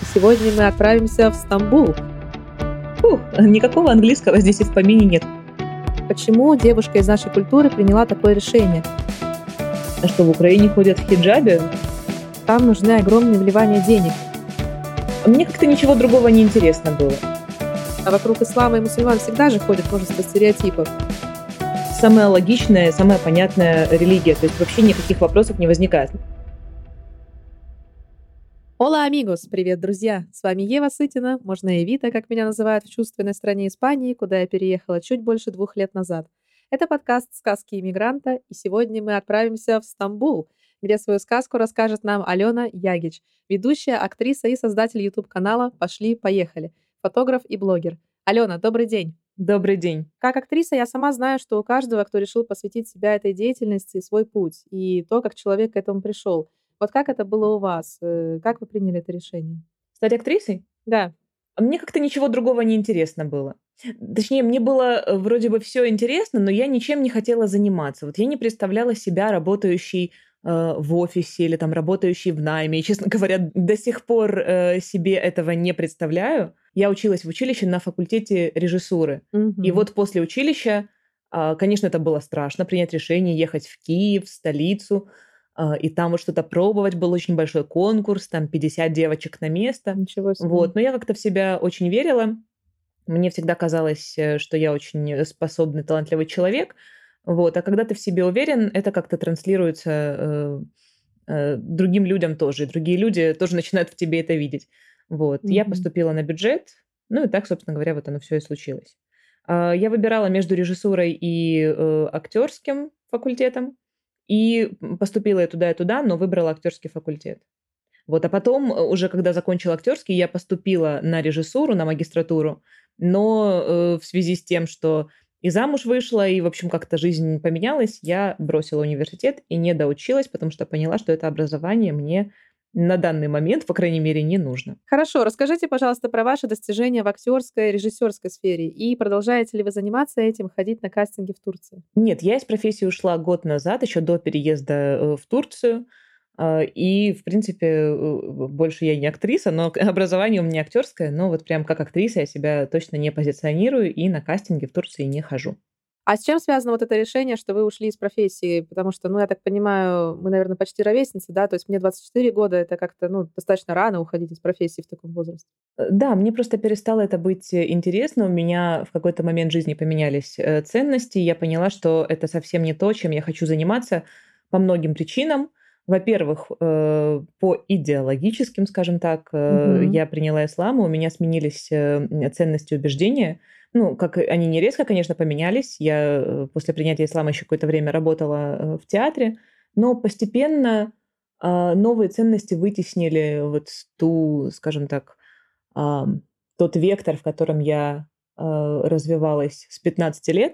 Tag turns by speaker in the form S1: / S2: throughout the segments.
S1: сегодня мы отправимся в Стамбул.
S2: Никакого английского здесь и в помине нет.
S1: Почему девушка из нашей культуры приняла такое решение?
S2: А что, в Украине ходят в хиджабе?
S1: Там нужны огромные вливания денег.
S2: Мне как-то ничего другого не интересно было.
S1: А вокруг ислама и мусульман всегда же ходит множество стереотипов.
S2: Самая логичная, самая понятная религия, то есть вообще никаких вопросов не возникает.
S1: Hola, amigos! Привет, друзья! С вами Ева Сытина, можно Эвита, как меня называют в чувственной стране Испании, куда я переехала чуть больше 2 лет назад. Это подкаст «Сказки иммигранта», и сегодня мы отправимся в Стамбул, где свою сказку расскажет нам Алена Ягич, ведущая, актриса и создатель YouTube-канала «Пошли-поехали», фотограф и блогер. Алена, добрый день!
S2: Добрый день.
S1: Как актриса я сама знаю, что у каждого, кто решил посвятить себя этой деятельности, свой путь и то, как человек к этому пришел. Вот как это было у вас? Как вы приняли это решение?
S2: Стать актрисой?
S1: Да.
S2: Мне как-то ничего другого не интересно было. Точнее, мне было вроде бы все интересно, но я ничем не хотела заниматься. Вот я не представляла себя работающей в офисе или там работающей в найме. И, честно говоря, до сих пор себе этого не представляю. Я училась в училище на факультете режиссуры. И вот после училища, конечно, это было страшно принять решение ехать в Киев, в столицу, и там вот что-то пробовать. Был очень большой конкурс, там 50 девочек на место.
S1: Ничего себе.
S2: Вот. Но я как-то в себя очень верила. Мне всегда казалось, что я очень способный, талантливый человек. Вот. А когда ты в себе уверен, это как-то транслируется другим людям тоже. И другие люди тоже начинают в тебе это видеть. Вот. Я поступила на бюджет. Ну и так, собственно говоря, вот оно все и случилось. Я выбирала между режиссурой и актерским факультетом. И поступила и туда, но выбрала актерский факультет. Вот, а потом, уже когда закончила актерский, я поступила на режиссуру, на магистратуру, но в связи с тем, что и замуж вышла, и, в общем, как-то жизнь поменялась, я бросила университет и не доучилась, потому что поняла, что это образование мне на данный момент, по крайней мере, не нужно.
S1: Хорошо, расскажите, пожалуйста, про ваши достижения в актерской и режиссерской сфере. И продолжаете ли вы заниматься этим, ходить на кастинги в Турции?
S2: Нет, я из профессии ушла год назад, еще до переезда в Турцию. И, в принципе, больше я не актриса, но образование у меня актерское, но вот прям как актриса я себя точно не позиционирую и на кастинги в Турции не хожу.
S1: А с чем связано вот это решение, что вы ушли из профессии? Потому что, я так понимаю, мы, наверное, почти ровесницы, да? То есть мне 24 года, это как-то, достаточно рано уходить из профессии в таком возрасте.
S2: Да, мне просто перестало это быть интересно. У меня в какой-то момент жизни поменялись ценности. Я поняла, что это совсем не то, чем я хочу заниматься по многим причинам. Во-первых, по идеологическим, скажем так, я приняла ислам, и у меня сменились ценности и убеждения. Как они не резко, конечно, поменялись. Я после принятия ислама еще какое-то время работала в театре, но постепенно новые ценности вытеснили вот ту, скажем так, тот вектор, в котором я развивалась с 15 лет.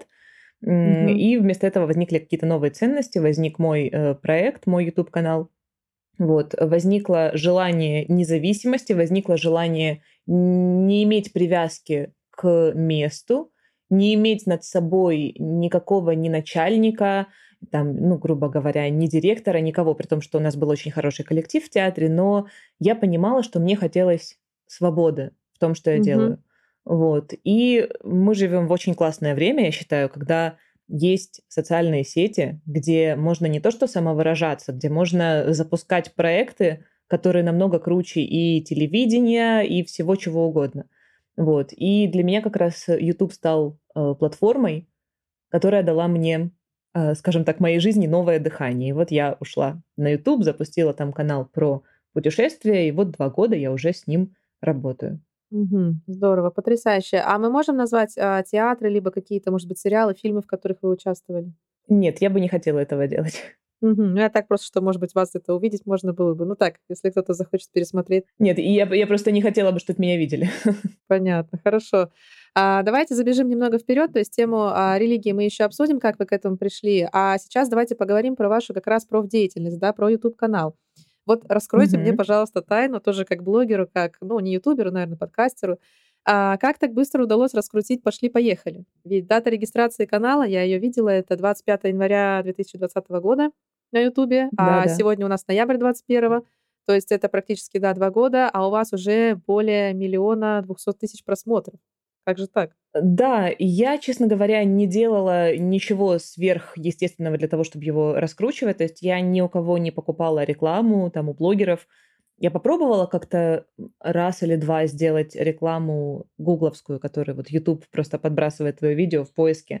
S2: И вместо этого возникли какие-то новые ценности, возник мой проект, мой YouTube-канал. Вот. Возникло желание независимости, возникло желание не иметь привязки к месту, не иметь над собой никакого ни начальника, там, грубо говоря, ни директора, никого, при том, что у нас был очень хороший коллектив в театре, но я понимала, что мне хотелось свободы в том, что я делаю. Вот. И мы живем в очень классное время, я считаю, когда есть социальные сети, где можно не то что самовыражаться, где можно запускать проекты, которые намного круче и телевидения, и всего чего угодно. Вот. И для меня как раз YouTube стал платформой, которая дала мне, скажем так, моей жизни новое дыхание. И вот я ушла на YouTube, запустила там канал про путешествия, и вот 2 года я уже с ним работаю.
S1: Здорово, потрясающе. А мы можем назвать театры, либо какие-то, может быть, сериалы, фильмы, в которых вы участвовали?
S2: Нет, я бы не хотела этого делать.
S1: Я так просто, что, может быть, вас это увидеть можно было бы. Так, если кто-то захочет пересмотреть.
S2: Нет, и я просто не хотела бы, чтобы меня видели.
S1: Понятно, хорошо. Давайте забежим немного вперед, то есть тему религии мы еще обсудим, как вы к этому пришли. А сейчас давайте поговорим про вашу как раз профдеятельность, да, про YouTube-канал. Вот раскройте мне, пожалуйста, тайну, тоже как блогеру, как, не ютуберу, наверное, подкастеру. Как так быстро удалось раскрутить «Пошли-поехали»? Ведь дата регистрации канала, я ее видела, это 25 января 2020 года на Ютубе, а
S2: Да-да.
S1: сегодня у нас ноябрь 21-го. То есть это практически, да, 2 года, а у вас уже более 1 200 000 просмотров. Как же так?
S2: Да, и я, честно говоря, не делала ничего сверхъестественного для того, чтобы его раскручивать. То есть я ни у кого не покупала рекламу, там, у блогеров. Я попробовала как-то раз или два сделать рекламу гугловскую, которую вот YouTube просто подбрасывает твое видео в поиске.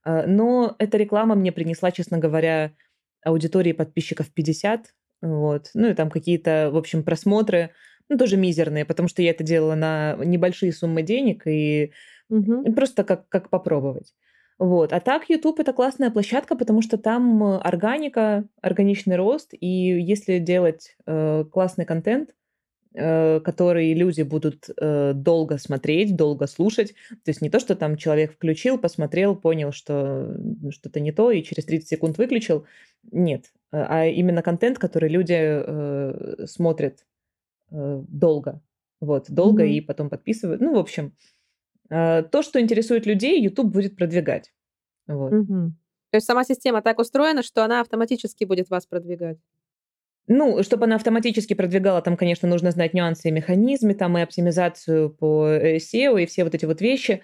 S2: Но эта реклама мне принесла, честно говоря, аудитории подписчиков 50. Вот. Ну и там какие-то, в общем, просмотры, ну, тоже мизерные, потому что я это делала на небольшие суммы денег, и
S1: Мгм.
S2: просто как попробовать. Вот. А так YouTube — это классная площадка, потому что там органика, органичный рост, и если делать классный контент, который люди будут долго смотреть, долго слушать, то есть не то, что там человек включил, посмотрел, понял, что что-то не то, и через 30 секунд выключил. Нет. А именно контент, который люди смотрят долго. Вот, долго и
S1: Мгм.
S2: потом подписывают. Ну, в общем, то, что интересует людей, YouTube будет продвигать. Вот.
S1: Мгм. То есть сама система так устроена, что она автоматически будет вас продвигать?
S2: Ну, чтобы она автоматически продвигала, там, конечно, нужно знать нюансы и механизмы, там, и оптимизацию по SEO, и все вот эти вот вещи.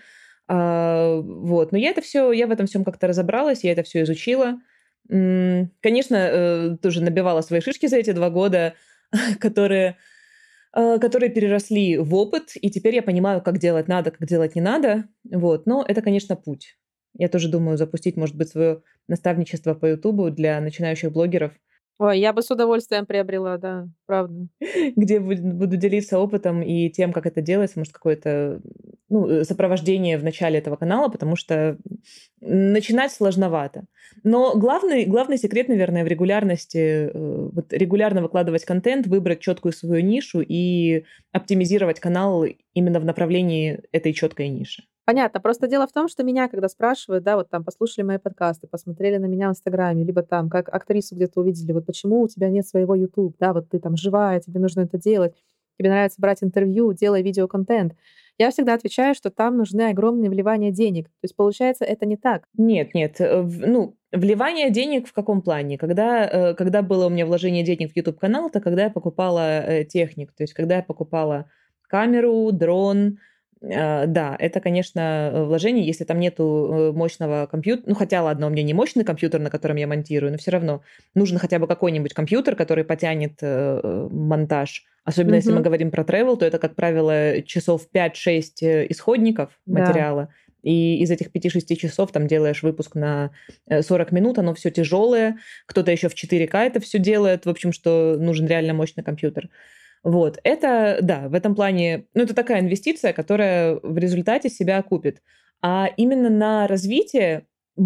S2: Вот. Но я в этом всем как-то разобралась, я это все изучила. Конечно, тоже набивала свои шишки за эти 2 года, которые, которые переросли в опыт, и теперь я понимаю, как делать надо, как делать не надо. Вот. Но это, конечно, путь. Я тоже думаю запустить, может быть, свое наставничество по "Ютубу" для начинающих блогеров.
S1: Ой, я бы с удовольствием приобрела, да, правда.
S2: Где буду делиться опытом и тем, как это делается, может, какое-то, ну, сопровождение в начале этого канала, потому что начинать сложновато. Но главный секрет, наверное, в регулярности, вот регулярно выкладывать контент, выбрать четкую свою нишу и оптимизировать канал именно в направлении этой четкой ниши.
S1: Понятно. Просто дело в том, что меня, когда спрашивают, да, вот там послушали мои подкасты, посмотрели на меня в "Инстаграме", либо там как актрису где-то увидели, вот почему у тебя нет своего "Ютуб", да, вот ты там живая, тебе нужно это делать, тебе нравится брать интервью, делай видеоконтент. Я всегда отвечаю, что там нужны огромные вливания денег. То есть, получается, это не так.
S2: Нет, нет, ну, вливание денег в каком плане? Когда было у меня вложение денег в YouTube-канал, это когда я покупала, технику. То есть когда я покупала камеру, дрон. Да, это, конечно, вложение, если там нету, мощного компьютера. Ну, хотя ладно, у меня не мощный компьютер, на котором я монтирую, но все равно нужен хотя бы какой-нибудь компьютер, который потянет, монтаж. Особенно если мы
S1: Мгм.
S2: говорим про travel, то это, как правило, часов 5-6 исходников
S1: Да.
S2: материала. И из этих 5-6 часов там делаешь выпуск на 40 минут, оно все тяжелое, кто-то еще в 4К это все делает, в общем, что нужен реально мощный компьютер. Вот, это, да, в этом плане, ну, это такая инвестиция, которая в результате себя окупит. А именно на развитие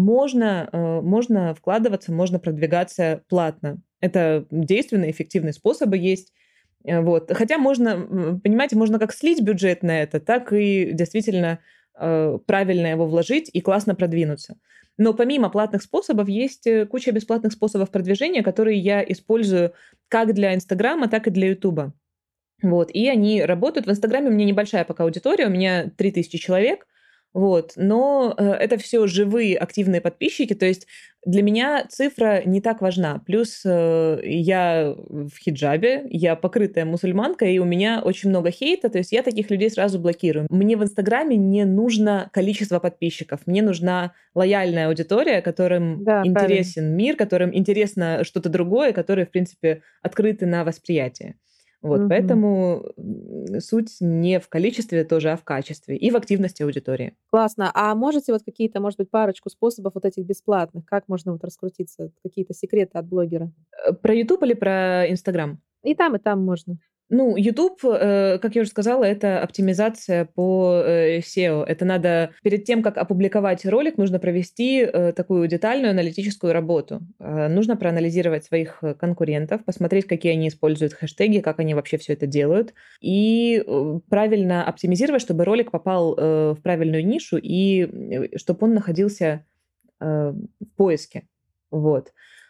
S2: можно вкладываться, можно продвигаться платно. Это действенные, эффективные способы есть. Вот. Хотя можно, понимаете, можно как слить бюджет на это, так и действительно правильно его вложить и классно продвинуться. Но помимо платных способов есть куча бесплатных способов продвижения, которые я использую как для Инстаграма, так и для Ютуба. Вот, и они работают. В "Инстаграме" у меня небольшая пока аудитория, у меня 3000 человек, вот, но, это все живые активные подписчики, то есть для меня цифра не так важна. Плюс, я в хиджабе, я покрытая мусульманка, и у меня очень много хейта, то есть я таких людей сразу блокирую. Мне в "Инстаграме" не нужно количество подписчиков, мне нужна лояльная аудитория, которым
S1: Да, правильно.
S2: интересен мир, которым интересно что-то другое, которые, в принципе, открыты на восприятие. Вот,
S1: Мгм.
S2: поэтому, суть не в количестве тоже, а в качестве и в активности аудитории.
S1: Классно. А можете вот какие-то, может быть, парочку способов вот этих бесплатных? Как можно вот раскрутиться? Какие-то секреты от блогера?
S2: Про "Ютуб" или про "Инстаграм"?
S1: И там можно.
S2: Ну, YouTube, как я уже сказала, это оптимизация по, SEO. Это надо перед тем, как опубликовать ролик, нужно провести, такую детальную аналитическую работу. Нужно проанализировать своих, конкурентов, посмотреть, какие они используют хэштеги, как они вообще все это делают, и, правильно оптимизировать, чтобы ролик попал, в правильную нишу и, чтоб он находился, в поиске. Вот.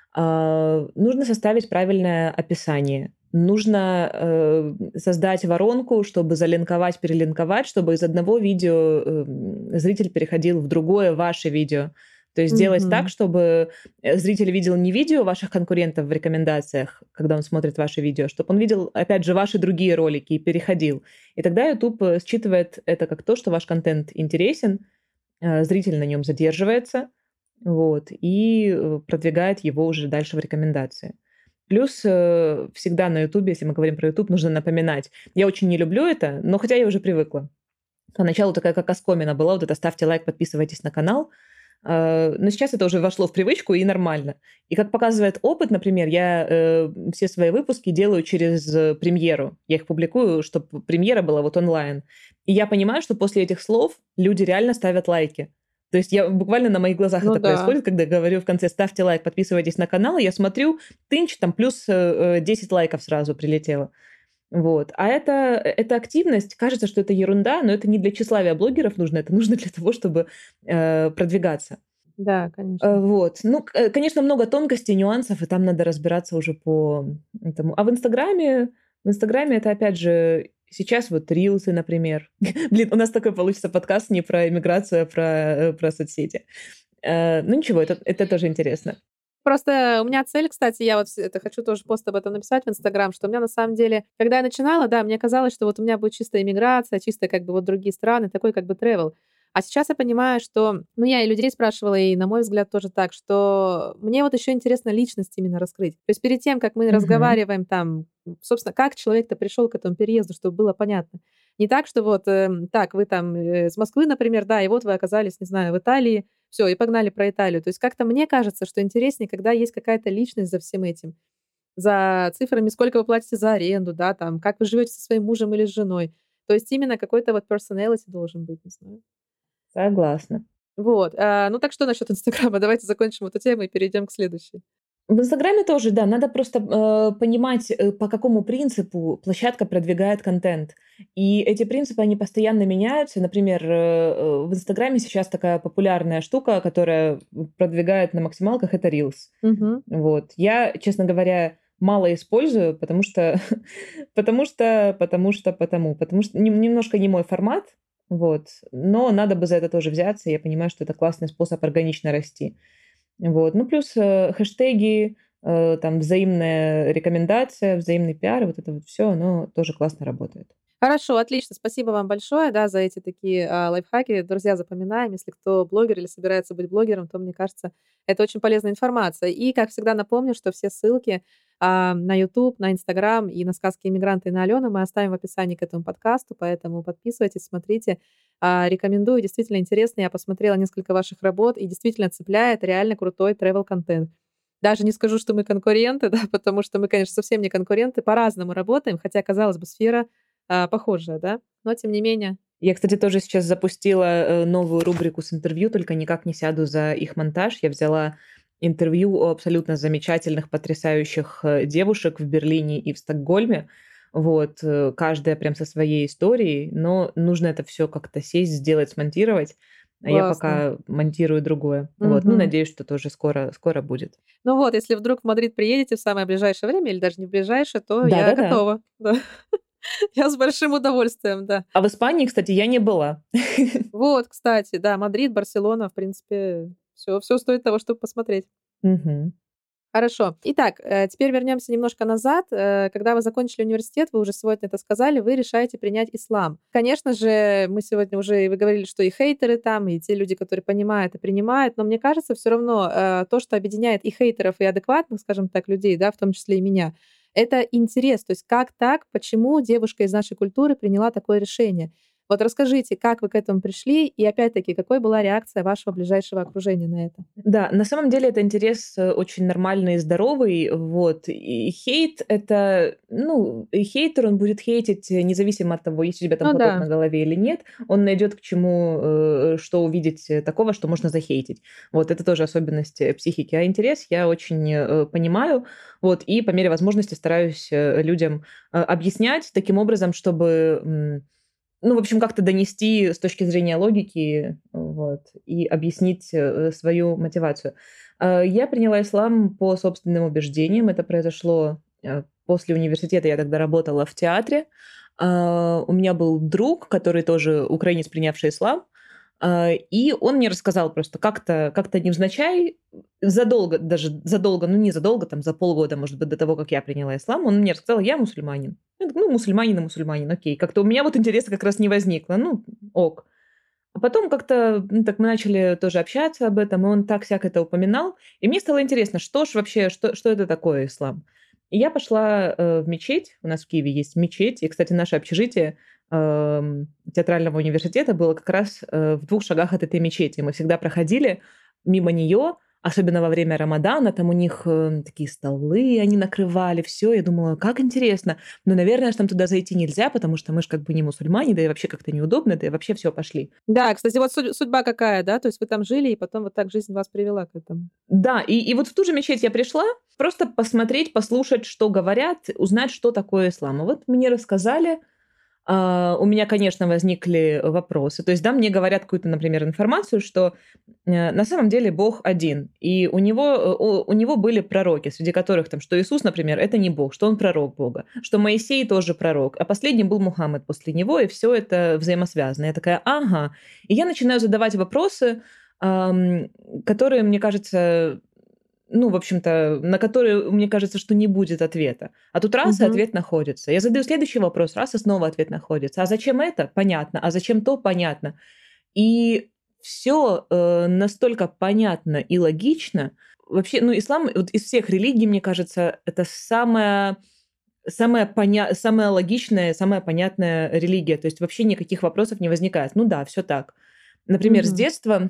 S2: Нужно составить правильное описание. Нужно, создать воронку, чтобы залинковать, перелинковать, чтобы из одного видео, зритель переходил в другое ваше видео. То есть делать так,
S1: Мгм.
S2: чтобы зритель видел не видео ваших конкурентов в рекомендациях, когда он смотрит ваши видео, чтобы он видел, опять же, ваши другие ролики и переходил. И тогда YouTube считывает это как то, что ваш контент интересен, зритель на нем задерживается, вот, и продвигает его уже дальше в рекомендации. Плюс всегда на YouTube, если мы говорим про YouTube, нужно напоминать. Я очень не люблю это, но хотя я уже привыкла. Поначалу такая как оскомина была, вот это ставьте лайк, подписывайтесь на канал. Но сейчас это уже вошло в привычку и нормально. И как показывает опыт, например, я все свои выпуски делаю через премьеру. Я их публикую, чтобы премьера была вот онлайн. И я понимаю, что после этих слов люди реально ставят лайки. То есть я буквально на моих глазах
S1: Ну
S2: это
S1: да.
S2: происходит, когда я говорю в конце ставьте лайк, подписывайтесь на канал, и я смотрю, тынч, там плюс 10 лайков сразу прилетело. Вот. А эта активность, кажется, что это ерунда, но это не для тщеславия блогеров нужно, это нужно для того, чтобы продвигаться.
S1: Да, конечно.
S2: Вот. Ну, конечно, много тонкостей, нюансов, и там надо разбираться уже по этому. А в Инстаграме это, опять же, сейчас вот рилсы, например. Блин, у нас такой получится подкаст не про иммиграцию, а про соцсети. Ну ничего, это тоже интересно.
S1: Просто у меня цель, кстати, я вот это хочу тоже пост об этом написать в Инстаграм, что у меня на самом деле, когда я начинала, да, мне казалось, что вот у меня будет чистая иммиграция, чисто как бы вот другие страны, такой как бы travel. А сейчас я понимаю, что, ну, я и людей спрашивала, и на мой взгляд тоже так, что мне вот еще интересно личность именно раскрыть. То есть перед тем, как мы
S2: Мгм.
S1: разговариваем там, собственно, как человек-то пришел к этому переезду, чтобы было понятно. Не так, что вот так, вы там с Москвы, например, да, и вот вы оказались, не знаю, в Италии, все и погнали про Италию. То есть как-то мне кажется, что интереснее, когда есть какая-то личность за всем этим. За цифрами, сколько вы платите за аренду, да, там, как вы живете со своим мужем или с женой. То есть именно какой-то вот personality должен быть, не знаю.
S2: Согласна.
S1: Вот, ну так что насчет "Инстаграма"? Давайте закончим эту тему и перейдем к следующей.
S2: В «Инстаграме» тоже, да, надо просто, понимать, по какому принципу площадка продвигает контент. И эти принципы, они постоянно меняются. Например, в «Инстаграме» сейчас такая популярная штука, которая продвигает на максималках — это рилс.
S1: Мгм.
S2: Вот. Я, честно говоря, мало использую, потому что потому что немножко не мой формат, вот. Но надо бы за это тоже взяться. Я понимаю, что это классный способ органично расти. Вот. Ну, плюс, хэштеги, там взаимная рекомендация, взаимный пиар, вот это вот все, оно тоже классно работает.
S1: Хорошо, отлично. Спасибо вам большое, да, за эти такие, лайфхаки. Друзья, запоминаем. Если кто блогер или собирается быть блогером, то, мне кажется, это очень полезная информация. И, как всегда, напомню, что все ссылки, на YouTube, на Инстаграм и на сказки иммигранта и на Алену мы оставим в описании к этому подкасту, поэтому подписывайтесь, смотрите. Рекомендую, действительно интересно. Я посмотрела несколько ваших работ, и действительно цепляет реально крутой travel контент. Даже не скажу, что мы конкуренты, да, потому что мы, конечно, совсем не конкуренты, по-разному работаем, хотя, казалось бы, сфера похожая, да, но тем не менее.
S2: Я, кстати, тоже сейчас запустила, новую рубрику с интервью, только никак не сяду за их монтаж. Я взяла интервью у абсолютно замечательных, потрясающих, девушек в Берлине и в Стокгольме. Вот, каждая прям со своей историей, но нужно это все как-то сесть, сделать, смонтировать. А я
S1: Классно.
S2: пока монтирую другое. Вот, ну,
S1: Мгм.
S2: надеюсь, что тоже скоро будет.
S1: Ну вот, если вдруг в Мадрид приедете в самое ближайшее время или даже не в ближайшее, то я
S2: Да-да-да.
S1: готова. Да. Я с большим удовольствием, да.
S2: А в Испании, кстати, я не была.
S1: Вот, кстати, да, Мадрид, Барселона, в принципе, все стоит того, чтобы посмотреть.
S2: Мгм.
S1: Хорошо. Итак, теперь вернемся немножко назад. Когда вы закончили университет, вы уже сегодня это сказали, вы решаете принять ислам. Конечно же, мы сегодня уже, и вы говорили, что и хейтеры там, и те люди, которые понимают и принимают, но мне кажется, все равно то, что объединяет и хейтеров, и адекватных, скажем так, людей, да, в том числе и меня, это интерес. То есть как так, почему девушка из нашей культуры приняла такое решение? Вот расскажите, как вы к этому пришли, и опять-таки, какой была реакция вашего ближайшего окружения на это?
S2: Да, на самом деле это интерес, очень нормальный и здоровый. Вот. И хейт — это, ну, и хейтер, он будет хейтить, независимо от того, есть у тебя там
S1: Ну
S2: платок
S1: да.
S2: на голове или нет. Он найдет к чему, что увидеть, такого, что можно захейтить. Вот это тоже особенность, психики. А интерес я очень, понимаю. Вот. И по мере возможности стараюсь, людям, объяснять таким образом, чтобы, ну, в общем, как-то донести с точки зрения логики, вот, и объяснить, свою мотивацию. Я приняла ислам по собственным убеждениям. Это произошло, после университета. Я тогда работала в театре. У меня был друг, который тоже украинец, принявший ислам. И он мне рассказал просто как-то невзначай, задолго, ну не задолго, там за полгода, может быть, до того, как я приняла ислам, он мне рассказал: я мусульманин. Я такая: ну, мусульманин и мусульманин, окей. Как-то у меня вот интереса как раз не возникло, ну, ок. А потом как-то, ну, так мы начали тоже общаться об этом, и он так-сяк это упоминал. И мне стало интересно, что ж вообще, что это такое ислам? И я пошла в мечеть. У нас в Киеве есть мечеть. И, кстати, наше общежитие театрального университета было как раз в 2 шагах от этой мечети. Мы всегда проходили мимо нее, особенно во время Рамадана. Там у них такие столы они накрывали, все. Я думала, как интересно. Но, наверное, ж там туда зайти нельзя, потому что мы же как бы не мусульмане, да и вообще как-то неудобно, да и вообще все, пошли.
S1: Да, кстати, вот судьба какая, да? То есть вы там жили, и потом вот так жизнь вас привела к этому.
S2: Да, и вот в ту же мечеть я пришла просто посмотреть, послушать, что говорят, узнать, что такое ислам. И вот мне рассказали, у меня, конечно, возникли вопросы. То есть, да, мне говорят какую-то, например, информацию, что на самом деле Бог один, и у него были пророки, среди которых там, что Иисус, например, это не Бог, что он пророк Бога, что Моисей тоже пророк, а последним был Мухаммед после него, и все это взаимосвязано. Я такая, ага. И я начинаю задавать вопросы, которые, мне кажется, ну, в общем-то, на которые, мне кажется, что не будет ответа. А тут раз, и
S1: Мгм.
S2: ответ находится. Я задаю следующий вопрос, раз, и снова ответ находится. А зачем это? Понятно. А зачем то? Понятно. И все настолько понятно и логично. Вообще, ну, ислам вот из всех религий, мне кажется, это самая логичная, самая понятная религия. То есть вообще никаких вопросов не возникает. Ну да, все так. Например, с
S1: Мгм.
S2: детства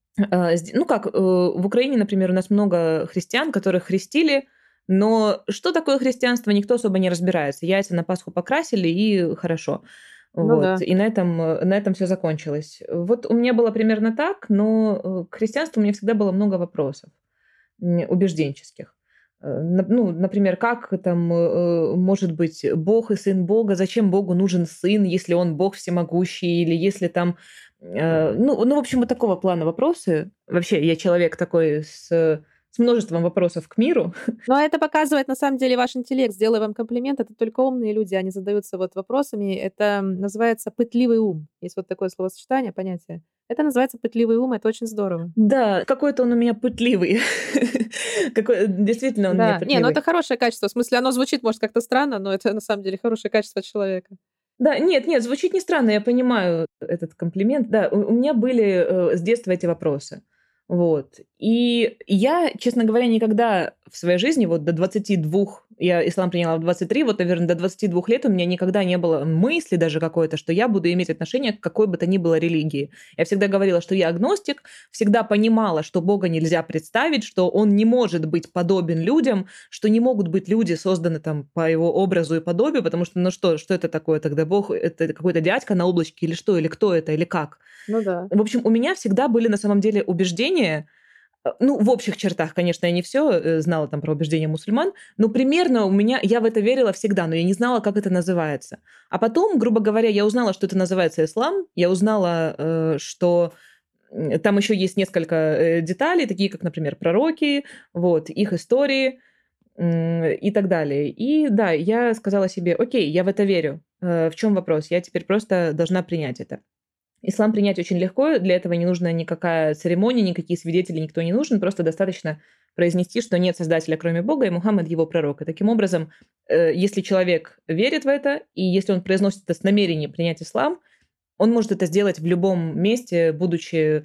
S2: ну как, в Украине, например, у нас много христиан, которых крестили, но что такое христианство, никто особо не разбирается. Яйца на Пасху покрасили, и хорошо.
S1: Ну
S2: Вот.
S1: да.
S2: И на этом все закончилось. Вот у меня было примерно так, но к христианству у меня всегда было много вопросов убежденческих. Ну, например, как там может быть Бог и сын Бога, зачем Богу нужен сын, если он Бог всемогущий, или если там, ну, в общем, вот такого плана вопросы. Вообще, я человек такой с множеством вопросов к миру.
S1: Но это показывает, на самом деле, ваш интеллект. Сделаю вам комплимент. Это только умные люди, они задаются вот вопросами. Это называется пытливый ум. Есть вот такое словосочетание, понятие. Это называется пытливый ум. Это очень здорово.
S2: Да, какой-то он у меня пытливый. Действительно, он у меня
S1: Да. Не, ну это
S2: пытливый.
S1: хорошее качество. В смысле, оно звучит, может, как-то странно, но это на самом деле хорошее качество человека.
S2: Да, нет, звучит не странно, я понимаю этот комплимент. Да, у меня были с детства эти вопросы. Вот. И я, честно говоря, никогда в своей жизни, вот до 22, я ислам приняла в 23, вот, наверное, до 22 лет у меня никогда не было мысли даже какой-то, что я буду иметь отношение к какой бы то ни было религии. Я всегда говорила, что я агностик, всегда понимала, что Бога нельзя представить, что он не может быть подобен людям, что не могут быть люди созданы там по его образу и подобию, потому что, ну что это такое тогда? Бог — это какой-то дядька на облачке или что? Или кто это? Или как?
S1: Ну да.
S2: В общем, у меня всегда были на самом деле убеждения, ну, в общих чертах, конечно, я не все знала там про убеждения мусульман, но примерно я в это верила всегда, но я не знала, как это называется. А потом, грубо говоря, я узнала, что это называется ислам, я узнала, что там еще есть несколько деталей, такие как, например, пророки, вот, их истории, и так далее. И да, я сказала себе: окей, я в это верю. В чем вопрос? Я теперь просто должна принять это. Ислам принять очень легко, для этого не нужна никакая церемония, никакие свидетели, никто не нужен, просто достаточно произнести, что нет создателя, кроме Бога, и Мухаммад его пророк. И таким образом, если человек верит в это, и если он произносит это с намерением принять ислам, он может это сделать в любом месте, будучи,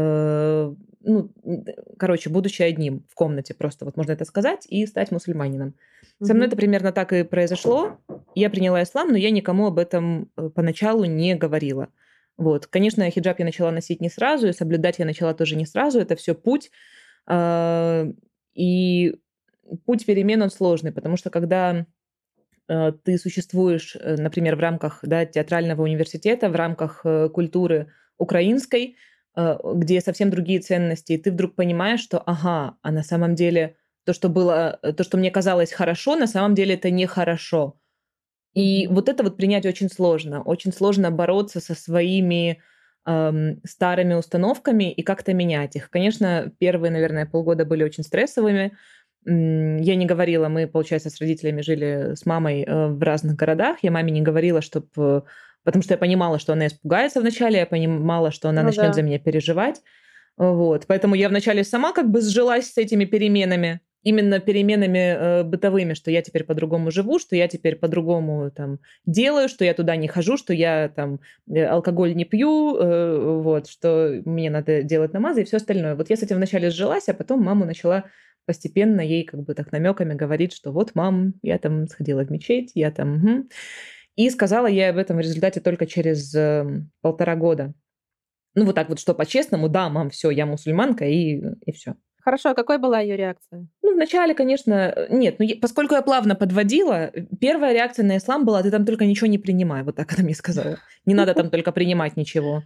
S2: ну, короче, будучи одним в комнате, просто вот можно это сказать, и стать мусульманином. Со мной
S1: Мгм.
S2: это примерно так и произошло. Я приняла ислам, но я никому об этом поначалу не говорила. Вот. Конечно, хиджаб я начала носить не сразу, и соблюдать я начала тоже не сразу. Это все путь. А, И путь перемен, он сложный, потому что когда ты существуешь, например, в рамках, да, театрального университета, в рамках культуры украинской, где совсем другие ценности, и ты вдруг понимаешь, что, ага, а на самом деле то, что мне казалось хорошо, на самом деле это нехорошо. И
S1: Мгм.
S2: вот это вот принять очень сложно. Очень сложно бороться со своими старыми установками и как-то менять их. Конечно, первые, наверное, полгода были очень стрессовыми. Я не говорила, мы, получается, с родителями жили с мамой в разных городах. Я маме не говорила, чтобы потому что я понимала, что она испугается вначале, я понимала, что она
S1: Ну
S2: начнет за
S1: да.
S2: меня переживать. Вот. Поэтому я вначале сама как бы сжилась с этими переменами, именно переменами бытовыми, что я теперь по-другому живу, что я теперь по-другому там делаю, что я туда не хожу, что я там алкоголь не пью, вот, что мне надо делать намазы и все остальное. Вот я с этим вначале сжилась, а потом маму начала постепенно ей как бы так намеками говорить, что вот, мам, я там сходила в мечеть, я там... мгм». И сказала я об этом в результате только через 1,5 года. Ну, вот так вот, что по-честному: "Да, мам, все, я мусульманка", и все.
S1: Хорошо, а какой была ее реакция?
S2: Ну, вначале, конечно, нет, но поскольку я плавно подводила, первая реакция на ислам была: "Ты там только ничего не принимай". Вот так она мне сказала. "Не надо там только принимать ничего".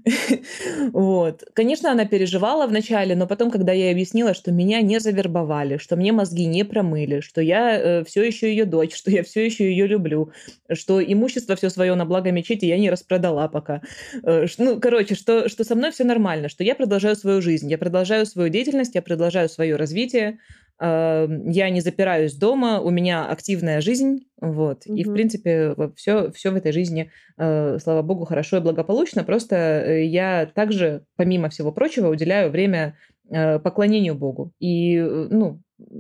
S2: Вот. Конечно, она переживала вначале, но потом, когда я ей объяснила, что меня не завербовали, что мне мозги не промыли, что я, все еще ее дочь, что я все еще ее люблю, что имущество все свое на благо мечети я не распродала пока. Ну, короче, что со мной все нормально, что я продолжаю свою жизнь, я продолжаю свою деятельность, я продолжаю свое развитие. Я не запираюсь дома, у меня активная жизнь, вот. И, в
S1: Мгм.
S2: принципе, все в этой жизни, слава богу, хорошо и благополучно. Просто, я также, помимо всего прочего, уделяю время, поклонению Богу и, ну,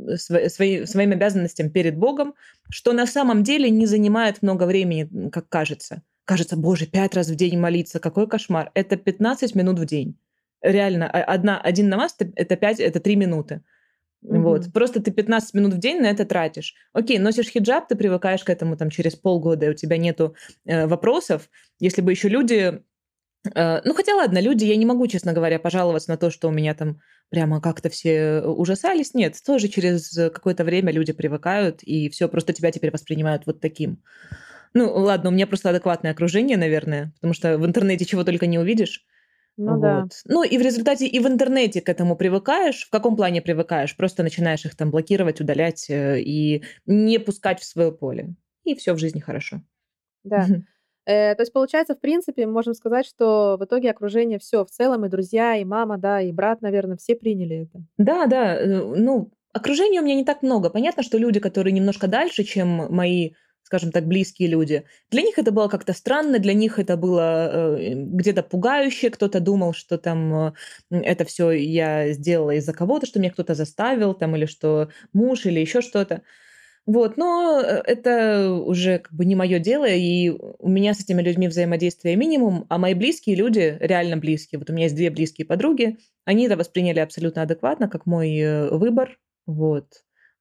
S2: своим обязанностям перед Богом, что на самом деле не занимает много времени, как кажется. Кажется: "Боже, 5 раз в день молиться, какой кошмар". Это 15 минут в день. Реально, один намаз — это 5, это 3 минуты. Вот.
S1: Мгм.
S2: Просто ты 15 минут в день на это тратишь. Окей, носишь хиджаб, ты привыкаешь к этому там через полгода, и у тебя нету, вопросов. Если бы еще люди, ну, хотя ладно, люди, я не могу, честно говоря, пожаловаться на то, что у меня там прямо как-то все ужасались. Нет, тоже через какое-то время люди привыкают, и все, просто тебя теперь воспринимают вот таким. Ну, ладно, у меня просто адекватное окружение, наверное, потому что в интернете чего только не увидишь.
S1: Ну да.
S2: Вот. Ну и в результате и в интернете к этому привыкаешь. В каком плане привыкаешь? Просто начинаешь их там блокировать, удалять, и не пускать в свое поле. И все в жизни хорошо.
S1: Да. То есть, получается, в принципе, можем сказать, что в итоге окружение все в целом, и друзья, и мама, да, и брат, наверное, все приняли это.
S2: Да, да, ну, окружения у меня не так много. Понятно, что люди, которые немножко дальше, чем мои, скажем так, близкие люди, для них это было как-то странно, для них это было где-то пугающе. Кто-то думал, что там это все я сделала из-за кого-то, что меня кто-то заставил, там, или что муж, или еще что-то. Вот, но это уже как бы не мое дело, и у меня с этими людьми взаимодействия минимум, а мои близкие люди, реально близкие, вот у меня есть 2 близкие подруги, они это восприняли абсолютно адекватно, как мой, выбор. Вот.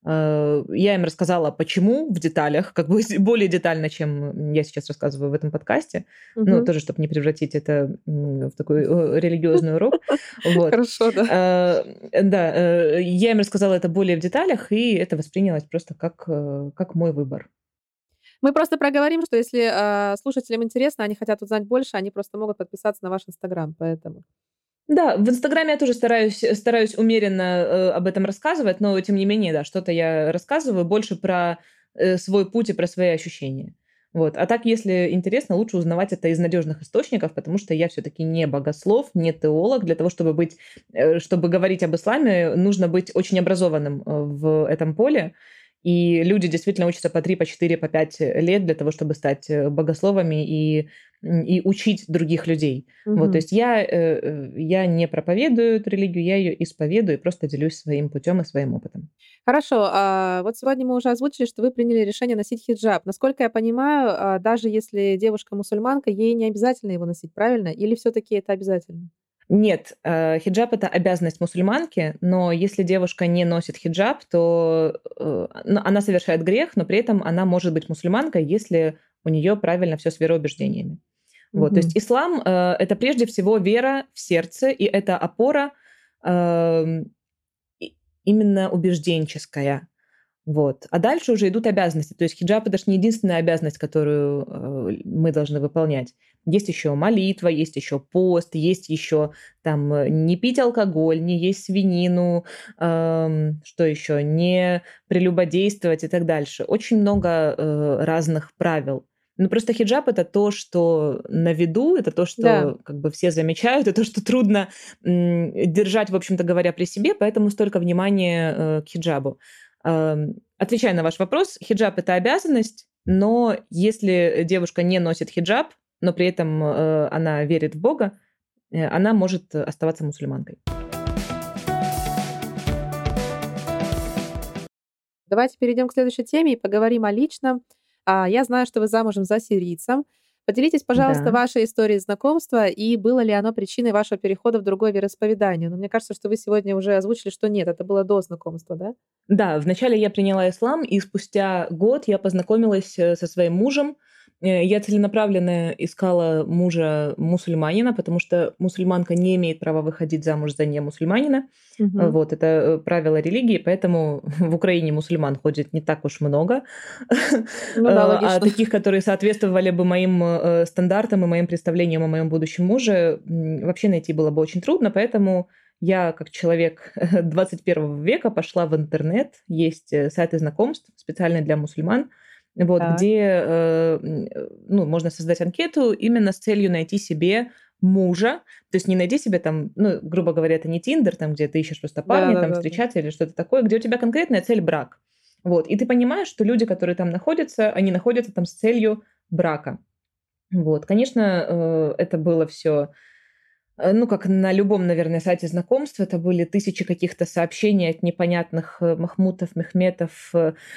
S2: Я им рассказала, почему в деталях, как бы более детально, чем я сейчас рассказываю в этом подкасте. Ну,
S1: Мгм.
S2: тоже, чтобы не превратить это, в такой, религиозный урок. Вот.
S1: Хорошо, да.
S2: Да, я им рассказала это более в деталях, и это воспринялось просто как мой выбор.
S1: Мы просто проговорим, что если, слушателям интересно, они хотят узнать больше, они просто могут подписаться на ваш Инстаграм, поэтому.
S2: Да, в "Инстаграме" я тоже стараюсь умеренно, об этом рассказывать, но тем не менее, да, что-то я рассказываю больше про, свой путь и про свои ощущения. Вот. А так, если интересно, лучше узнавать это из надежных источников, потому что я все-таки не богослов, не теолог. Для того, чтобы чтобы говорить об исламе, нужно быть очень образованным, в этом поле. И люди действительно учатся по 3, по 4, по 5 лет для того, чтобы стать, богословами и учить других людей. Вот, то
S1: Мгм.
S2: есть я не проповедую эту религию, я ее исповедую и просто делюсь своим путем и своим опытом.
S1: Хорошо, вот сегодня мы уже озвучили, что вы приняли решение носить хиджаб. Насколько я понимаю, даже если девушка мусульманка, ей не обязательно его носить, правильно? Или все таки это обязательно?
S2: Нет, хиджаб — это обязанность мусульманки, но если девушка не носит хиджаб, то, она совершает грех, но при этом она может быть мусульманкой, если у нее правильно все с вероубеждениями. Вот, то есть
S1: Мгм.
S2: ислам, это прежде всего вера в сердце, и это опора, ам, именно убежденческая. Вот. А дальше уже идут обязанности. То есть хиджаб — это ж не единственная обязанность, которую, мы должны выполнять. Есть еще молитва, есть еще пост, есть еще там, не пить алкоголь, не есть свинину, что еще, не прелюбодействовать и так дальше. Очень много, разных правил. Ну, просто хиджаб — это то, что на виду, это то,
S1: Да.
S2: что как бы все замечают, это то, что трудно, держать, в общем-то говоря, при себе, поэтому столько внимания, к хиджабу. Отвечая на ваш вопрос, хиджаб — это обязанность, но если девушка не носит хиджаб, но при этом она верит в Бога, она может оставаться мусульманкой.
S1: Давайте перейдем к следующей теме и поговорим о личном. Я знаю, что вы замужем за сирийцем. Поделитесь, пожалуйста,
S2: Да.
S1: вашей историей знакомства и было ли оно причиной вашего перехода в другое вероисповедание. Но мне кажется, что вы сегодня уже озвучили, что нет, это было до знакомства, да?
S2: Да, вначале я приняла ислам, и спустя год я познакомилась со своим мужем. Я целенаправленно искала мужа мусульманина, потому что мусульманка не имеет права выходить замуж за немусульманина.
S1: Мгм.
S2: Вот, это правило религии, поэтому в Украине мусульман ходит не так уж много.
S1: Ну да,
S2: А
S1: логично.
S2: таких, которые соответствовали бы моим стандартам и моим представлениям о моем будущем муже, вообще найти было бы очень трудно, поэтому я, как человек 21 века, пошла в интернет. Есть сайты знакомств специально для мусульман, вот,
S1: Так.
S2: где ну, можно создать анкету именно с целью найти себе мужа. То есть не найди себе там, ну, грубо говоря, это не Тиндер, там, где ты ищешь просто парня, там,
S1: Да-да-да-да.
S2: встречаться или что-то такое, где у тебя конкретная цель — брак. Вот. И ты понимаешь, что люди, которые там находятся, они находятся там с целью брака. Вот. Конечно, это было все, ну, как на любом, наверное, сайте знакомств, это были тысячи каких-то сообщений от непонятных Махмутов, Мехметов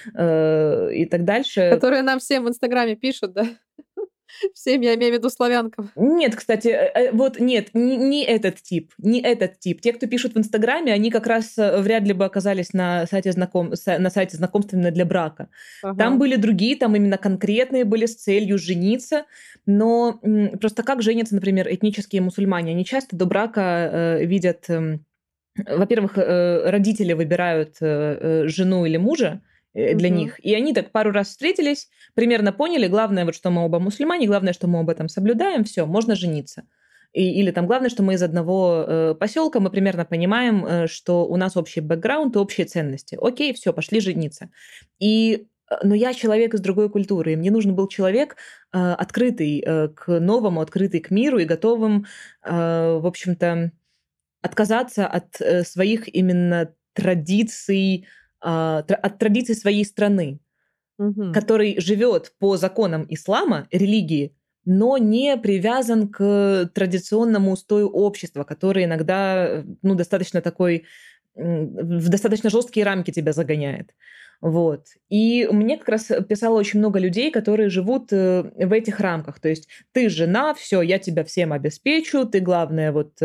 S2: и так дальше.
S1: Которые нам всем в Инстаграме пишут, да? Всем, я имею в виду славянкам.
S2: Нет, кстати, вот нет, не этот тип, не этот тип. Те, кто пишут в Инстаграме, они как раз вряд ли бы оказались на сайте, на сайте знакомств именно для брака. Там
S1: Ага.
S2: были другие, там именно конкретные были с целью жениться. Но просто как женятся, например, этнические мусульмане? Они часто до брака видят, во-первых, родители выбирают жену или мужа для
S1: Мгм.
S2: них, и они так пару раз встретились, примерно поняли, главное, вот, что мы оба мусульмане, главное, что мы оба там соблюдаем, все, можно жениться. Или там главное, что мы из одного поселка, мы примерно понимаем, что у нас общий бэкграунд и общие ценности. Окей, все, пошли жениться. Но я человек из другой культуры, и мне нужен был человек открытый к новому, открытый к миру и готовым, в общем-то, отказаться от своих именно традиций, от традиций своей страны,
S1: Мгм.
S2: который живет по законам ислама, религии, но не привязан к традиционному устою общества, который иногда, ну, достаточно такой, в достаточно жесткие рамки тебя загоняет. Вот. И мне как раз писало очень много людей, которые живут в этих рамках. То есть ты жена, все, я тебя всем обеспечу, ты, главное, вот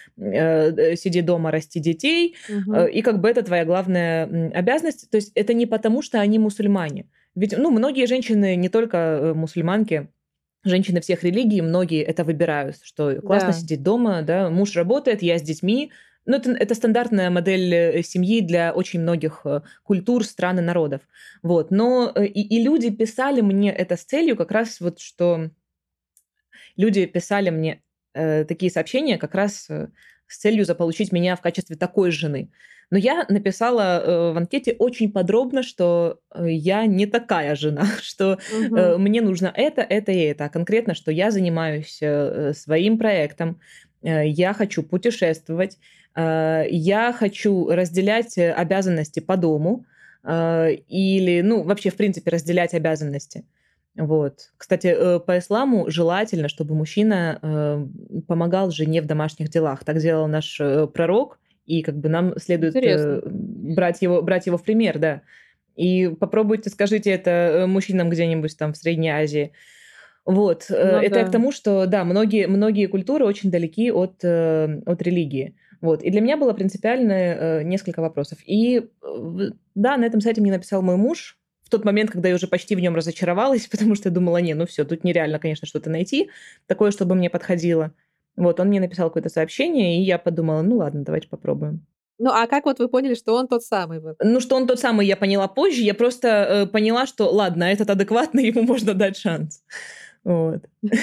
S2: сиди дома, расти детей,
S1: Мгм.
S2: и как бы это твоя главная обязанность. То есть это не потому, что они мусульмане. Ведь, ну, многие женщины, не только мусульманки, женщины всех религий, многие это выбирают, что классно
S1: Да.
S2: сидеть дома, да, муж работает, я с детьми. Ну, это стандартная модель семьи для очень многих культур, стран и народов. Вот. Но и люди писали мне это с целью как раз вот, что люди писали мне такие сообщения как раз с целью заполучить меня в качестве такой жены. Но я написала в анкете очень подробно, что я не такая жена, что
S1: Мгм.
S2: мне нужно это и это. А конкретно, что я занимаюсь своим проектом, я хочу путешествовать, я хочу разделять обязанности по дому или, ну, вообще, в принципе, разделять обязанности. Вот. Кстати, по исламу желательно, чтобы мужчина помогал жене в домашних делах. Так делал наш пророк, и как бы нам следует
S1: Интересно.
S2: брать его в пример, да. И попробуйте, скажите это мужчинам где-нибудь там в Средней Азии. Вот.
S1: Ну
S2: Это я к
S1: да.
S2: тому, что, да, многие культуры очень далеки от религии. Вот. И для меня было принципиально несколько вопросов. Да, на этом сайте мне написал мой муж в тот момент, когда я уже почти в нем разочаровалась, потому что я думала, не, ну все, тут нереально, конечно, что-то найти, такое, чтобы мне подходило. Вот, он мне написал какое-то сообщение, и я подумала, ну ладно, давайте попробуем.
S1: Ну, а как вот вы поняли, что он тот самый вот?
S2: Ну, что он тот самый, я поняла позже, я просто поняла, что ладно, этот адекватный, ему можно дать шанс. Вот.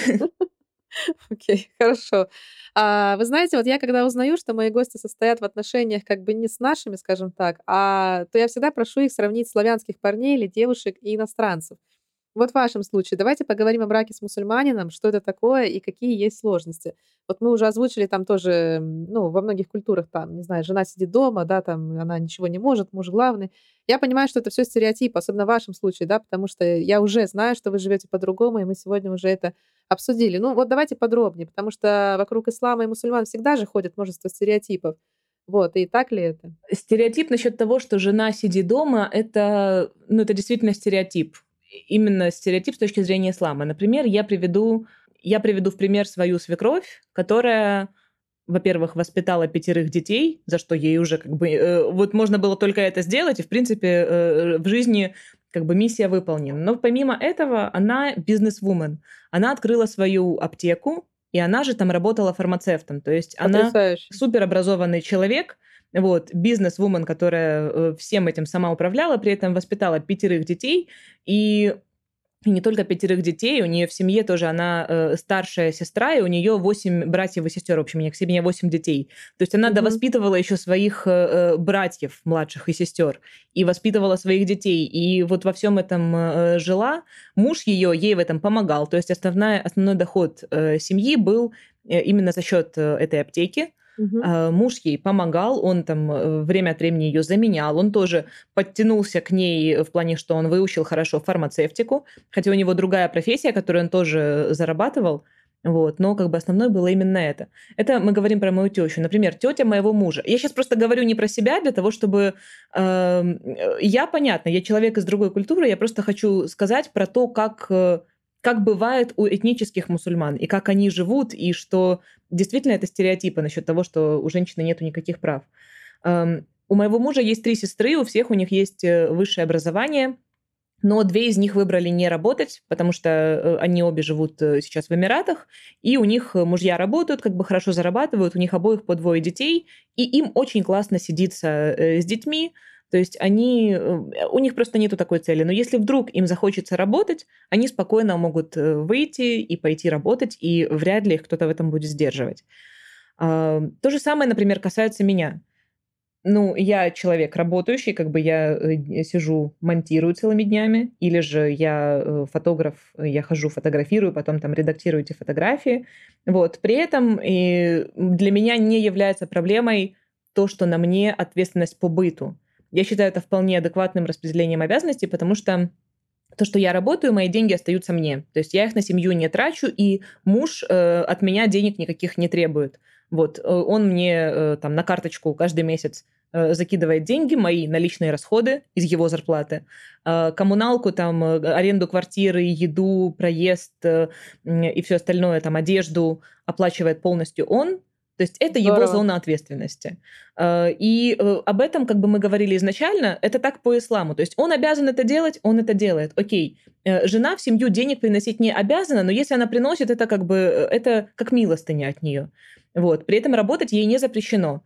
S1: Окей, хорошо. Вы знаете, вот я когда узнаю, что мои гости состоят в отношениях как бы не с нашими, скажем так, то я всегда прошу их сравнить славянских парней или девушек и иностранцев. Вот в вашем случае давайте поговорим о браке с мусульманином, что это такое и какие есть сложности. Вот мы уже озвучили там тоже, ну, во многих культурах там, не знаю, жена сидит дома, да, там она ничего не может, муж главный. Я понимаю, что это все стереотипы, особенно в вашем случае, да, потому что я уже знаю, что вы живете по-другому, и мы сегодня уже это обсудили. Ну, вот давайте подробнее, потому что вокруг ислама и мусульман всегда же ходит множество стереотипов. Вот, и так ли это?
S2: Стереотип насчет того, что жена сиди дома, это, ну, это действительно стереотип. Именно стереотип с точки зрения ислама. Например, я приведу в пример свою свекровь, которая, во-первых, воспитала 5 детей, за что ей уже как бы вот можно было только это сделать, и в принципе в жизни как бы миссия выполнена. Но помимо этого она бизнес-вумен. Она открыла свою аптеку, и она же там работала фармацевтом. То есть она
S1: Потрясающе.
S2: суперобразованный человек, вот, бизнес-вумен, которая всем этим сама управляла, при этом воспитала 5 детей, и не только 5 детей, у нее в семье тоже она старшая сестра, и у нее 8 братьев и сестер. В общем, у нее к семье 8 детей. То есть она
S1: Мгм.
S2: довоспитывала еще своих братьев младших и сестер, и воспитывала своих детей. И вот во всем этом жила. Муж ее ей в этом помогал. То есть основной доход семьи был именно за счет этой аптеки.
S1: Мгм.
S2: Муж ей помогал, он там время от времени ее заменял, он тоже подтянулся к ней в плане, что он выучил хорошо фармацевтику, хотя у него другая профессия, которую он тоже зарабатывал, вот, но как бы основное было именно это. Это мы говорим про мою тещу. Например, тетя моего мужа. Я сейчас просто говорю не про себя для того, чтобы... я, понятно, я человек из другой культуры, я просто хочу сказать про то, как бывает у этнических мусульман, и как они живут, и что действительно это стереотипы насчет того, что у женщины нету никаких прав. У моего мужа есть 3 сестры, у всех у них есть высшее образование, но 2 из них выбрали не работать, потому что они обе живут сейчас в Эмиратах, и у них мужья работают, как бы хорошо зарабатывают, у них обоих по 2 детей, и им очень классно сидится с детьми, то есть у них просто нету такой цели. Но если вдруг им захочется работать, они спокойно могут выйти и пойти работать, и вряд ли их кто-то в этом будет сдерживать. То же самое, например, касается меня. Ну, я человек работающий, как бы я сижу, монтирую целыми днями, или же я фотограф, я хожу, фотографирую, потом там редактирую эти фотографии. Вот. При этом и для меня не является проблемой то, что на мне ответственность по быту. Я считаю это вполне адекватным распределением обязанностей, потому что то, что я работаю, мои деньги остаются мне. То есть я их на семью не трачу, и муж от меня денег никаких не требует. Вот, он мне там на карточку каждый месяц закидывает деньги, мои наличные расходы из его зарплаты, коммуналку, там, аренду квартиры, еду, проезд и все остальное, там, одежду оплачивает полностью он. То есть это его
S1: Здорово.
S2: зона ответственности. И об этом, как бы мы говорили изначально, это так по исламу. То есть он обязан это делать, он это делает. Окей, жена в семью денег приносить не обязана, но если она приносит, это как бы это как милостыня от нее. Вот. При этом работать ей не запрещено.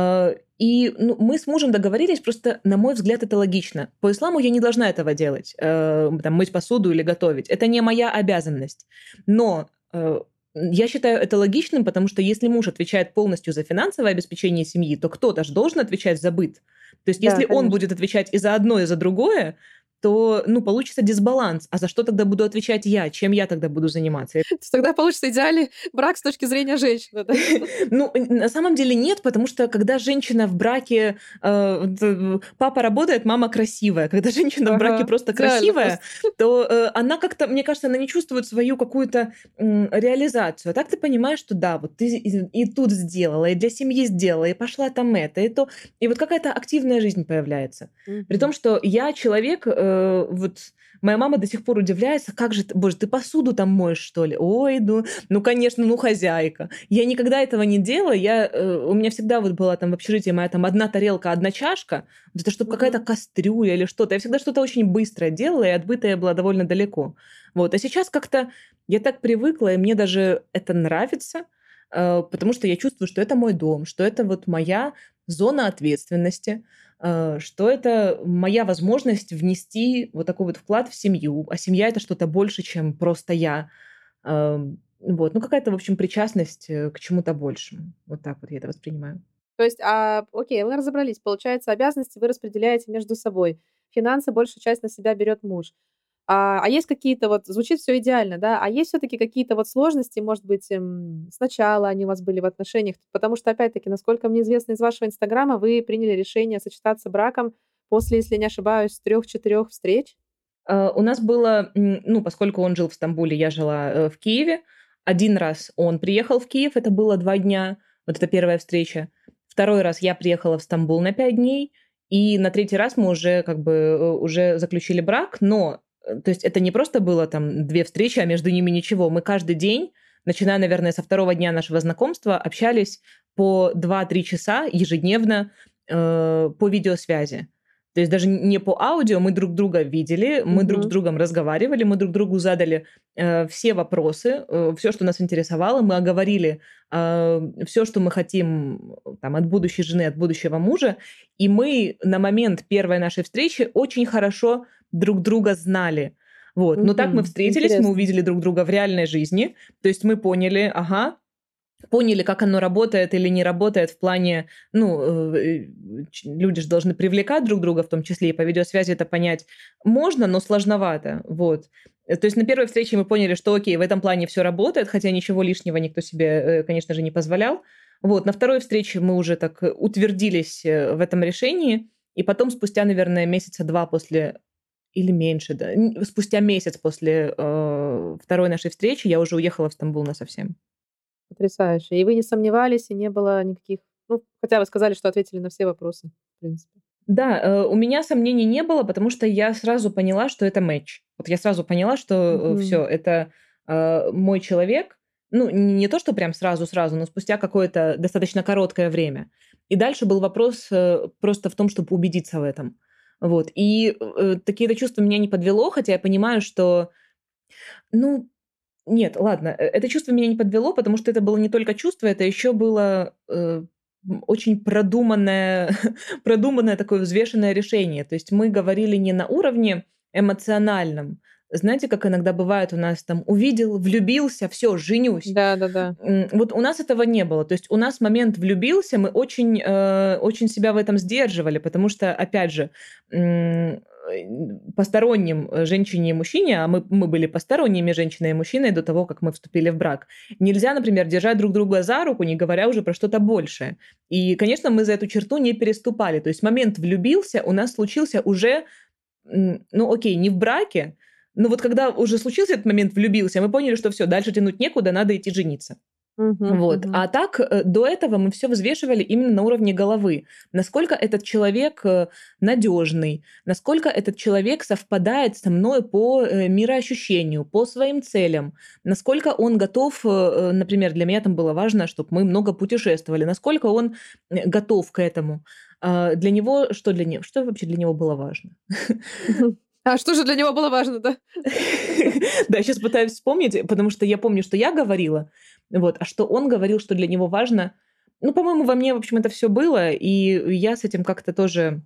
S2: И мы с мужем договорились, просто, на мой взгляд, это логично. По исламу я не должна этого делать, там, мыть посуду или готовить. Это не моя обязанность. Но я считаю это логичным, потому что если муж отвечает полностью за финансовое обеспечение семьи, то кто-то же должен отвечать за быт. То есть
S1: Да,
S2: если он
S1: конечно.
S2: будет отвечать и за одно, и за другое, то, ну, получится дисбаланс. А за что тогда буду отвечать я? Чем я тогда буду заниматься?
S1: То есть тогда получится идеальный брак с точки зрения женщины, да?
S2: Ну, на самом деле нет, потому что когда женщина в браке, папа работает, мама красивая. Когда женщина в браке
S1: Ага,
S2: просто
S1: идеально
S2: красивая,
S1: просто.
S2: то она как-то, мне кажется, она не чувствует свою какую-то реализацию. А так ты понимаешь, что да, вот ты и тут сделала, и для семьи сделала, и пошла там это, и то. И вот какая-то активная жизнь появляется. При
S1: Мгм.
S2: том, что я человек, вот моя мама до сих пор удивляется, как же, боже, ты посуду там моешь, что ли? Ой, ну, конечно, ну, хозяйка. Я никогда этого не делала. У меня всегда вот была там в общежитии моя там одна тарелка, одна чашка. Вот это чтобы какая-то
S1: Мгм.
S2: кастрюля или что-то. Я всегда что-то очень быстрое делала, и от быта я была довольно далеко. Вот. А сейчас как-то я так привыкла, и мне даже это нравится, потому что я чувствую, что это мой дом, что это вот моя зона ответственности, что это моя возможность внести вот такой вот вклад в семью. А семья — это что-то больше, чем просто я. Вот, ну, какая-то, в общем, причастность, к чему-то большему. Вот так вот я это воспринимаю.
S1: То есть, окей, мы разобрались. Получается, обязанности вы распределяете между собой. Финансы большую часть на себя берет муж. А есть какие-то вот звучит все идеально, да, а есть все таки какие-то вот сложности, может быть, сначала они у вас были в отношениях? Потому что, опять-таки, насколько мне известно из вашего "Инстаграма", вы приняли решение сочетаться браком после, если не ошибаюсь, 3-4 встреч?
S2: У нас было, ну, поскольку он жил в Стамбуле, я жила в Киеве. Один раз он приехал в Киев, это было 2 дня, вот это первая встреча. Второй раз я приехала в Стамбул на 5 дней, и на третий раз мы уже как бы уже заключили брак, но то есть это не просто было там 2 встречи, а между ними ничего. Мы каждый день, начиная, наверное, со второго дня нашего знакомства, общались по 2-3 часа ежедневно по видеосвязи. То есть даже не по аудио, мы друг друга видели, мы друг с
S1: Мгм.
S2: другом разговаривали, мы друг другу задали все вопросы, все, что нас интересовало, мы оговорили все, что мы хотим там, от будущей жены, от будущего мужа, и мы на момент первой нашей встречи очень хорошо друг друга знали. Вот. Но так мы
S1: Мгм.
S2: встретились, мы
S1: Интересно.
S2: увидели друг друга в реальной жизни, то есть мы поняли, ага, поняли, как оно работает или не работает в плане, ну, люди же должны привлекать друг друга, в том числе и по видеосвязи это понять можно, но сложновато, вот. То есть на первой встрече мы поняли, что окей, в этом плане все работает, хотя ничего лишнего никто себе, конечно же, не позволял. Вот, на второй встрече мы уже так утвердились в этом решении, и потом спустя, наверное, месяца 2 после или меньше, да, спустя месяц после второй нашей встречи я уже уехала в Стамбул насовсем.
S1: Потрясающе. И вы не сомневались, и не было никаких ну, хотя вы сказали, что ответили на все вопросы, в принципе.
S2: Да, у меня сомнений не было, потому что я сразу поняла, что это матч. Вот я сразу поняла, что
S1: Мгм.
S2: все, это мой человек. Ну, не то, что прям сразу-сразу, но спустя какое-то достаточно короткое время. И дальше был вопрос просто в том, чтобы убедиться в этом. Вот. И такие-то чувства меня не подвело, хотя я понимаю, что, ну, нет, ладно, это чувство меня не подвело, потому что это было не только чувство, это еще было очень продуманное, продуманное такое взвешенное решение. То есть мы говорили не на уровне эмоциональном. Знаете, как иногда бывает у нас там увидел, влюбился, все, женюсь.
S1: Да-да-да.
S2: Вот у нас этого не было. То есть у нас момент влюбился, мы очень, очень себя в этом сдерживали, потому что, опять же, посторонним женщине и мужчине, а мы были посторонними женщиной и мужчиной до того, как мы вступили в брак, нельзя, например, держать друг друга за руку, не говоря уже про что-то большее. И, конечно, мы за эту черту не переступали. То есть момент влюбился у нас случился уже, ну окей, не в браке, но вот когда уже случился этот момент влюбился, мы поняли, что все, дальше тянуть некуда, надо идти жениться.
S1: Мгм,
S2: Вот.
S1: мгм.
S2: А так, до этого мы все взвешивали именно на уровне головы. Насколько этот человек надежный, насколько этот человек совпадает со мной по мироощущению, по своим целям, насколько он готов, например, для меня там было важно, чтобы мы много путешествовали, насколько он готов к этому. Для него, что вообще для него было важно?
S1: А что же для него было важно, да?
S2: Да, сейчас пытаюсь вспомнить, потому что я помню, что я говорила, вот, а что он говорил, что для него важно. Ну, по-моему, во мне, в общем, это все было, и я с этим как-то тоже,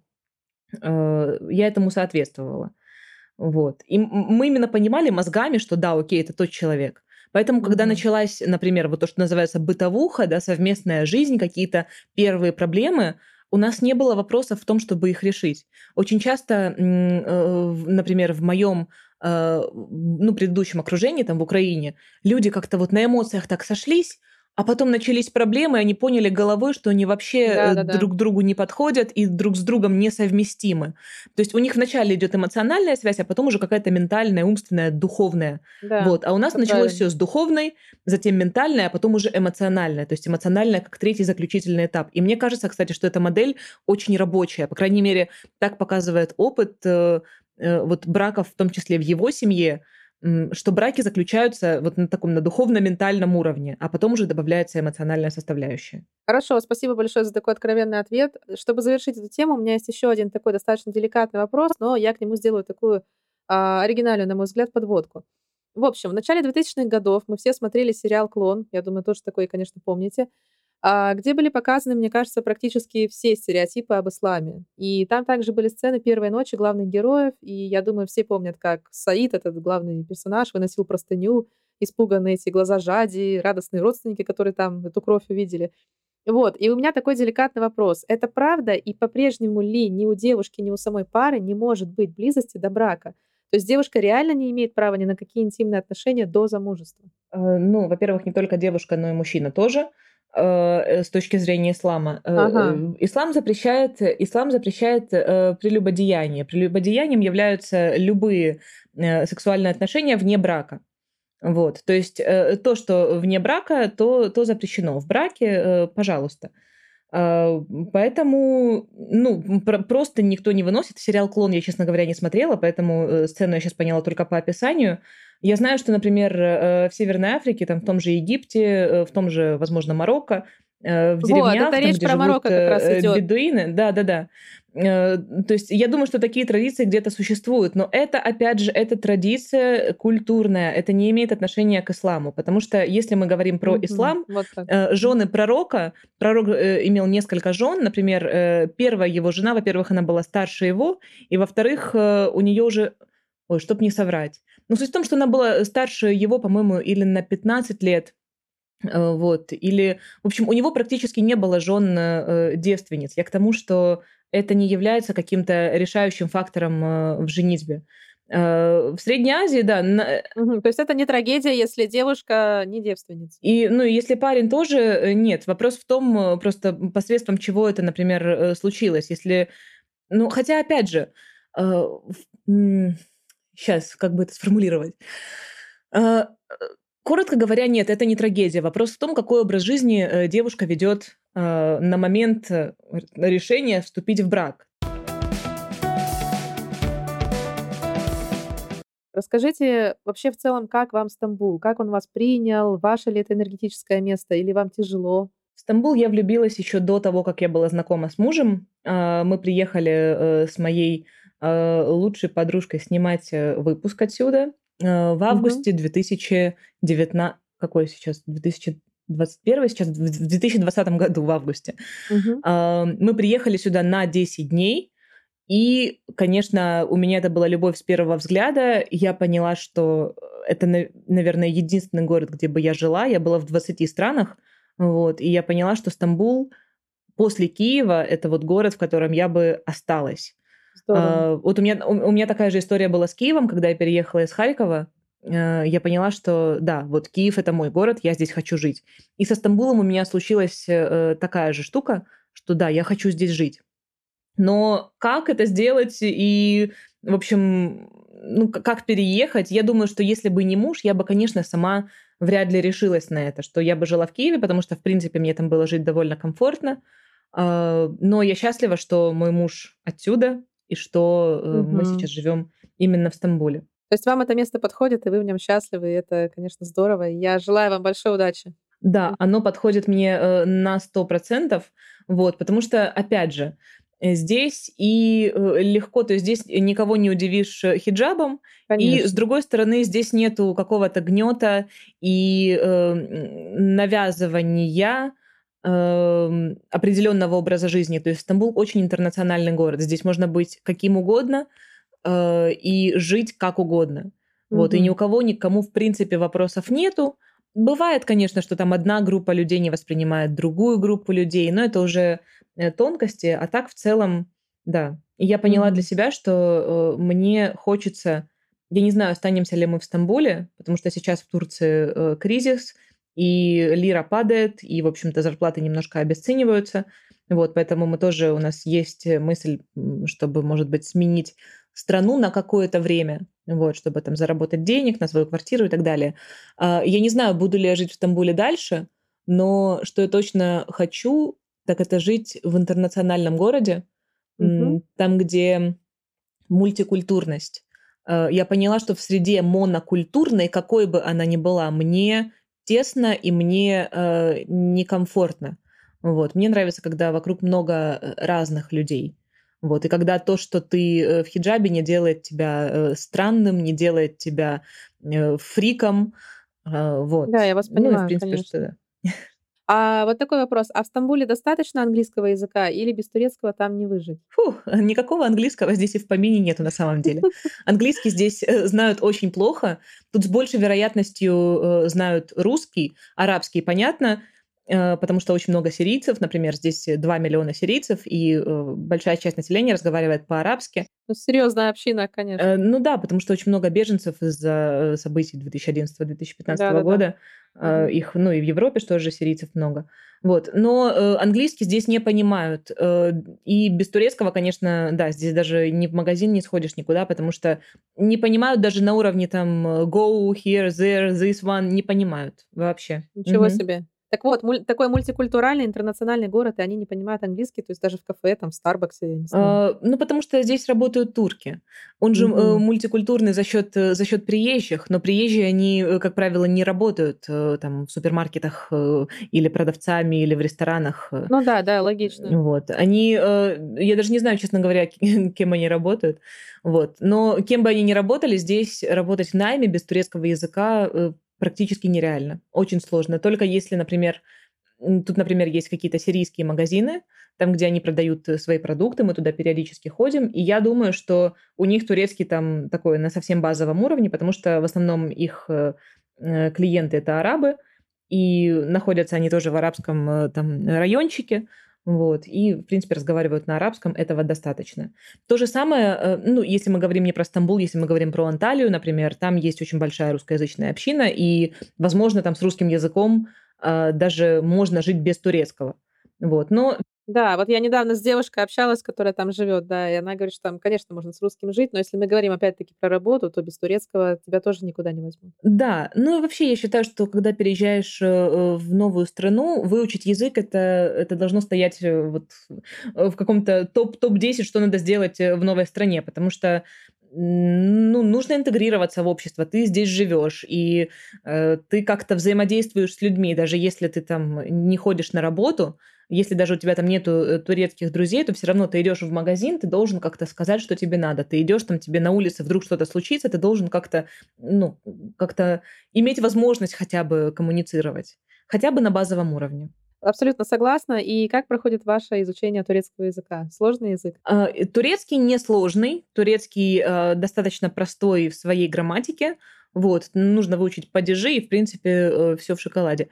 S2: я этому соответствовала. Вот. И мы именно понимали мозгами, что да, окей, это тот человек. Поэтому, когда
S1: Мгм.
S2: началась, например, вот то, что называется бытовуха, да, совместная жизнь, какие-то первые проблемы, у нас не было вопросов в том, чтобы их решить. Очень часто, например, в моем ну, предыдущем окружении, там, в Украине, люди как-то вот на эмоциях так сошлись, а потом начались проблемы, и они поняли головой, что они вообще
S1: Да-да-да.
S2: друг другу не подходят и друг с другом несовместимы. То есть у них вначале идет эмоциональная связь, а потом уже какая-то ментальная, умственная, духовная.
S1: Да,
S2: Вот. А у нас
S1: это
S2: началось все
S1: правильно.
S2: с духовной, затем ментальная, а потом уже эмоциональная. То есть эмоциональная как третий заключительный этап. И мне кажется, кстати, что эта модель очень рабочая. По крайней мере, так показывает опыт вот браков, в том числе в его семье, что браки заключаются вот на таком, на духовно-ментальном уровне, а потом уже добавляется эмоциональная составляющая.
S1: Хорошо, спасибо большое за такой откровенный ответ. Чтобы завершить эту тему, у меня есть еще один такой достаточно деликатный вопрос, но я к нему сделаю такую, оригинальную, на мой взгляд, подводку. В общем, в начале 2000-х годов мы все смотрели сериал "Клон". Я думаю, тоже такой, конечно, помните. Где были показаны, мне кажется, практически все стереотипы об исламе. И там также были сцены первой ночи главных героев, и я думаю, все помнят, как Саид, этот главный персонаж, выносил простыню, испуганные эти глаза Жади, радостные родственники, которые там эту кровь увидели. Вот, и у меня такой деликатный вопрос. Это правда, и по-прежнему ли ни у девушки, ни у самой пары не может быть близости до брака? То есть девушка реально не имеет права ни на какие интимные отношения до замужества?
S2: Ну, во-первых, не только девушка, но и мужчина тоже. с точки зрения ислама.
S1: Ага.
S2: Ислам запрещает прелюбодеяние. Прелюбодеянием являются любые сексуальные отношения вне брака. Вот, то есть то, что вне брака, то запрещено. В браке, пожалуйста. А, Поэтому, ну, просто никто не выносит. Сериал «Клон» я, честно говоря, не смотрела, поэтому сцену я сейчас поняла только по описанию. Я знаю, что, например, в Северной Африке, там, в том же Египте, в том же, возможно, Марокко, в
S1: Вот, это
S2: деревнях, там,
S1: речь
S2: где
S1: про
S2: живут
S1: Марокко как раз идет.
S2: бедуины, да-да-да. То есть я думаю, что такие традиции где-то существуют, но это, опять же, это традиция культурная, это не имеет отношения к исламу, потому что если мы говорим про ислам,
S1: Вот как.
S2: жены пророка, пророк имел несколько жен, например, первая его жена, во-первых, она была старше его, и во-вторых, у нее уже, ой, чтоб не соврать, но суть в том, что она была старше его, по-моему, или на 15 лет, вот, или, в общем, у него практически не было жен девственниц. Я к тому, что это не является каким-то решающим фактором в женитьбе. В Средней Азии, да,
S1: То есть это не трагедия, если девушка не девственница.
S2: и, ну, если парень тоже, нет. Вопрос в том, просто посредством чего это, например, случилось. Если, ну, хотя, опять же, сейчас, как бы это сформулировать? Э, Коротко говоря, нет, это не трагедия. Вопрос в том, какой образ жизни девушка ведет на момент решения вступить в брак.
S1: Расскажите вообще в целом, как вам Стамбул? Как он вас принял? Ваше ли это энергетическое место или вам тяжело?
S2: В Стамбул я влюбилась еще до того, как я была знакома с мужем. Мы приехали с моей лучшей подружкой снимать выпуск отсюда в
S1: Мгм.
S2: августе 2019... Какой сейчас? 2021? Сейчас в 2020 году, в августе.
S1: Мгм.
S2: Мы приехали сюда на 10 дней, и, конечно, у меня это была любовь с первого взгляда. Я поняла, что это, наверное, единственный город, где бы я жила. Я была в 20 странах, вот, и я поняла, что Стамбул после Киева — это вот город, в котором я бы осталась.
S1: Здорово.
S2: Вот у меня такая же история была с Киевом, когда я переехала из Харькова. Я поняла, что да, вот Киев — это мой город, я здесь хочу жить. И со Стамбулом у меня случилась такая же штука, что да, я хочу здесь жить. Но как это сделать и, в общем, ну, как переехать? Я думаю, что если бы не муж, я бы, конечно, сама вряд ли решилась на это, что я бы жила в Киеве, потому что, в принципе, мне там было жить довольно комфортно. Но я счастлива, что мой муж отсюда и что мы
S1: Мгм.
S2: сейчас живем именно в Стамбуле.
S1: То есть вам это место подходит, и вы в нем счастливы, и это, конечно, здорово. И я желаю вам большой удачи.
S2: Да,
S1: М.
S2: оно подходит мне на 100%, вот, потому что, опять же, здесь и легко, то есть здесь никого не удивишь хиджабом, и с
S1: Конечно.
S2: другой стороны, здесь нету какого-то гнета и навязывания определенного образа жизни. То есть Стамбул очень интернациональный город. Здесь можно быть каким угодно и жить как угодно. Вот, и ни
S1: Мгм.
S2: у кого, ни к кому, в принципе, вопросов нету. Бывает, конечно, что там одна группа людей не воспринимает другую группу людей, но это уже тонкости, а так в целом, да. И я поняла для
S1: Мгм.
S2: себя, что мне хочется, я не знаю, останемся ли мы в Стамбуле, потому что сейчас в Турции кризис, и лира падает, и, в общем-то, зарплаты немножко обесцениваются. Вот, поэтому мы тоже, у нас есть мысль, чтобы, может быть, сменить страну на какое-то время, вот, чтобы там заработать денег на свою квартиру и так далее. Я не знаю, буду ли я жить в Стамбуле дальше, но что я точно хочу, так это жить в интернациональном городе,
S1: Мгм.
S2: там, где мультикультурность. Я поняла, что в среде монокультурной, какой бы она ни была, мне тесно и мне некомфортно. Вот. Мне нравится, когда вокруг много разных людей. Вот. И когда то, что ты в хиджабе, не делает тебя странным, не делает тебя фриком. Вот.
S1: Да, я вас
S2: Ну и, в
S1: понимаю,
S2: принципе, что
S1: конечно.
S2: да.
S1: А вот такой вопрос. А в Стамбуле достаточно английского языка или без турецкого там не выжить?
S2: Фух, никакого английского здесь и в помине нету на самом деле. Английский здесь знают очень плохо. Тут с большей вероятностью знают русский, арабский, понятно. потому что очень много сирийцев, например, здесь 2 миллиона сирийцев, и большая часть населения разговаривает по-арабски.
S1: Ну, серьезная община, конечно.
S2: Ну да, потому что очень много беженцев из-за событий 2011-2015
S1: Да-да-да.
S2: года.
S1: Мгм.
S2: Их, ну и в Европе что тоже сирийцев много. Вот. Но английский здесь не понимают. И без турецкого, конечно, да, здесь даже ни в магазин не сходишь никуда, потому что не понимают даже на уровне там go, here, there, this one, не понимают вообще.
S1: Ничего
S2: Мгм.
S1: себе. Так вот, такой мультикультуральный, интернациональный город, и они не понимают английский, то есть даже в кафе, там, в "Старбаксе", я не знаю.
S2: Ну, потому что здесь работают турки. Он же
S1: Мгм.
S2: мультикультурный за счет приезжих, но приезжие, они, как правило, не работают там в супермаркетах или продавцами, или в ресторанах.
S1: Ну да, да, логично.
S2: Вот. Я даже не знаю, честно говоря, кем они работают. Вот. Но кем бы они ни работали, здесь работать в найме без турецкого языка практически нереально. Очень сложно. Только если, например, тут, например, есть какие-то сирийские магазины, там, где они продают свои продукты, мы туда периодически ходим, и я думаю, что у них турецкий там такой на совсем базовом уровне, потому что в основном их клиенты — это арабы, и находятся они тоже в арабском там райончике, вот, и, в принципе, разговаривают на арабском, этого достаточно. То же самое, ну, если мы говорим не про Стамбул, если мы говорим про Анталию, например, там есть очень большая русскоязычная община, и, возможно, там с русским языком даже можно жить без турецкого. Вот. Но
S1: Да, вот я недавно с девушкой общалась, которая там живет, да, и она говорит, что там, конечно, можно с русским жить, но если мы говорим опять-таки про работу, то без турецкого тебя тоже никуда не возьмут.
S2: да, ну и вообще я считаю, что когда переезжаешь в новую страну, выучить язык это должно стоять вот в каком-то топ-10, что надо сделать в новой стране, потому что ну, нужно интегрироваться в общество, ты здесь живешь, и ты как-то взаимодействуешь с людьми, даже если ты там не ходишь на работу, если даже у тебя там нету турецких друзей, то все равно ты идешь в магазин, ты должен как-то сказать, что тебе надо. Ты идешь, там тебе на улице вдруг что-то случится, ты должен как-то, ну, как-то иметь возможность хотя бы коммуницировать, хотя бы на базовом уровне.
S1: Абсолютно согласна. И как проходит ваше изучение турецкого языка? Сложный язык?
S2: Турецкий несложный, турецкий достаточно простой в своей грамматике. Вот, нужно выучить падежи, и, в принципе, все в шоколаде.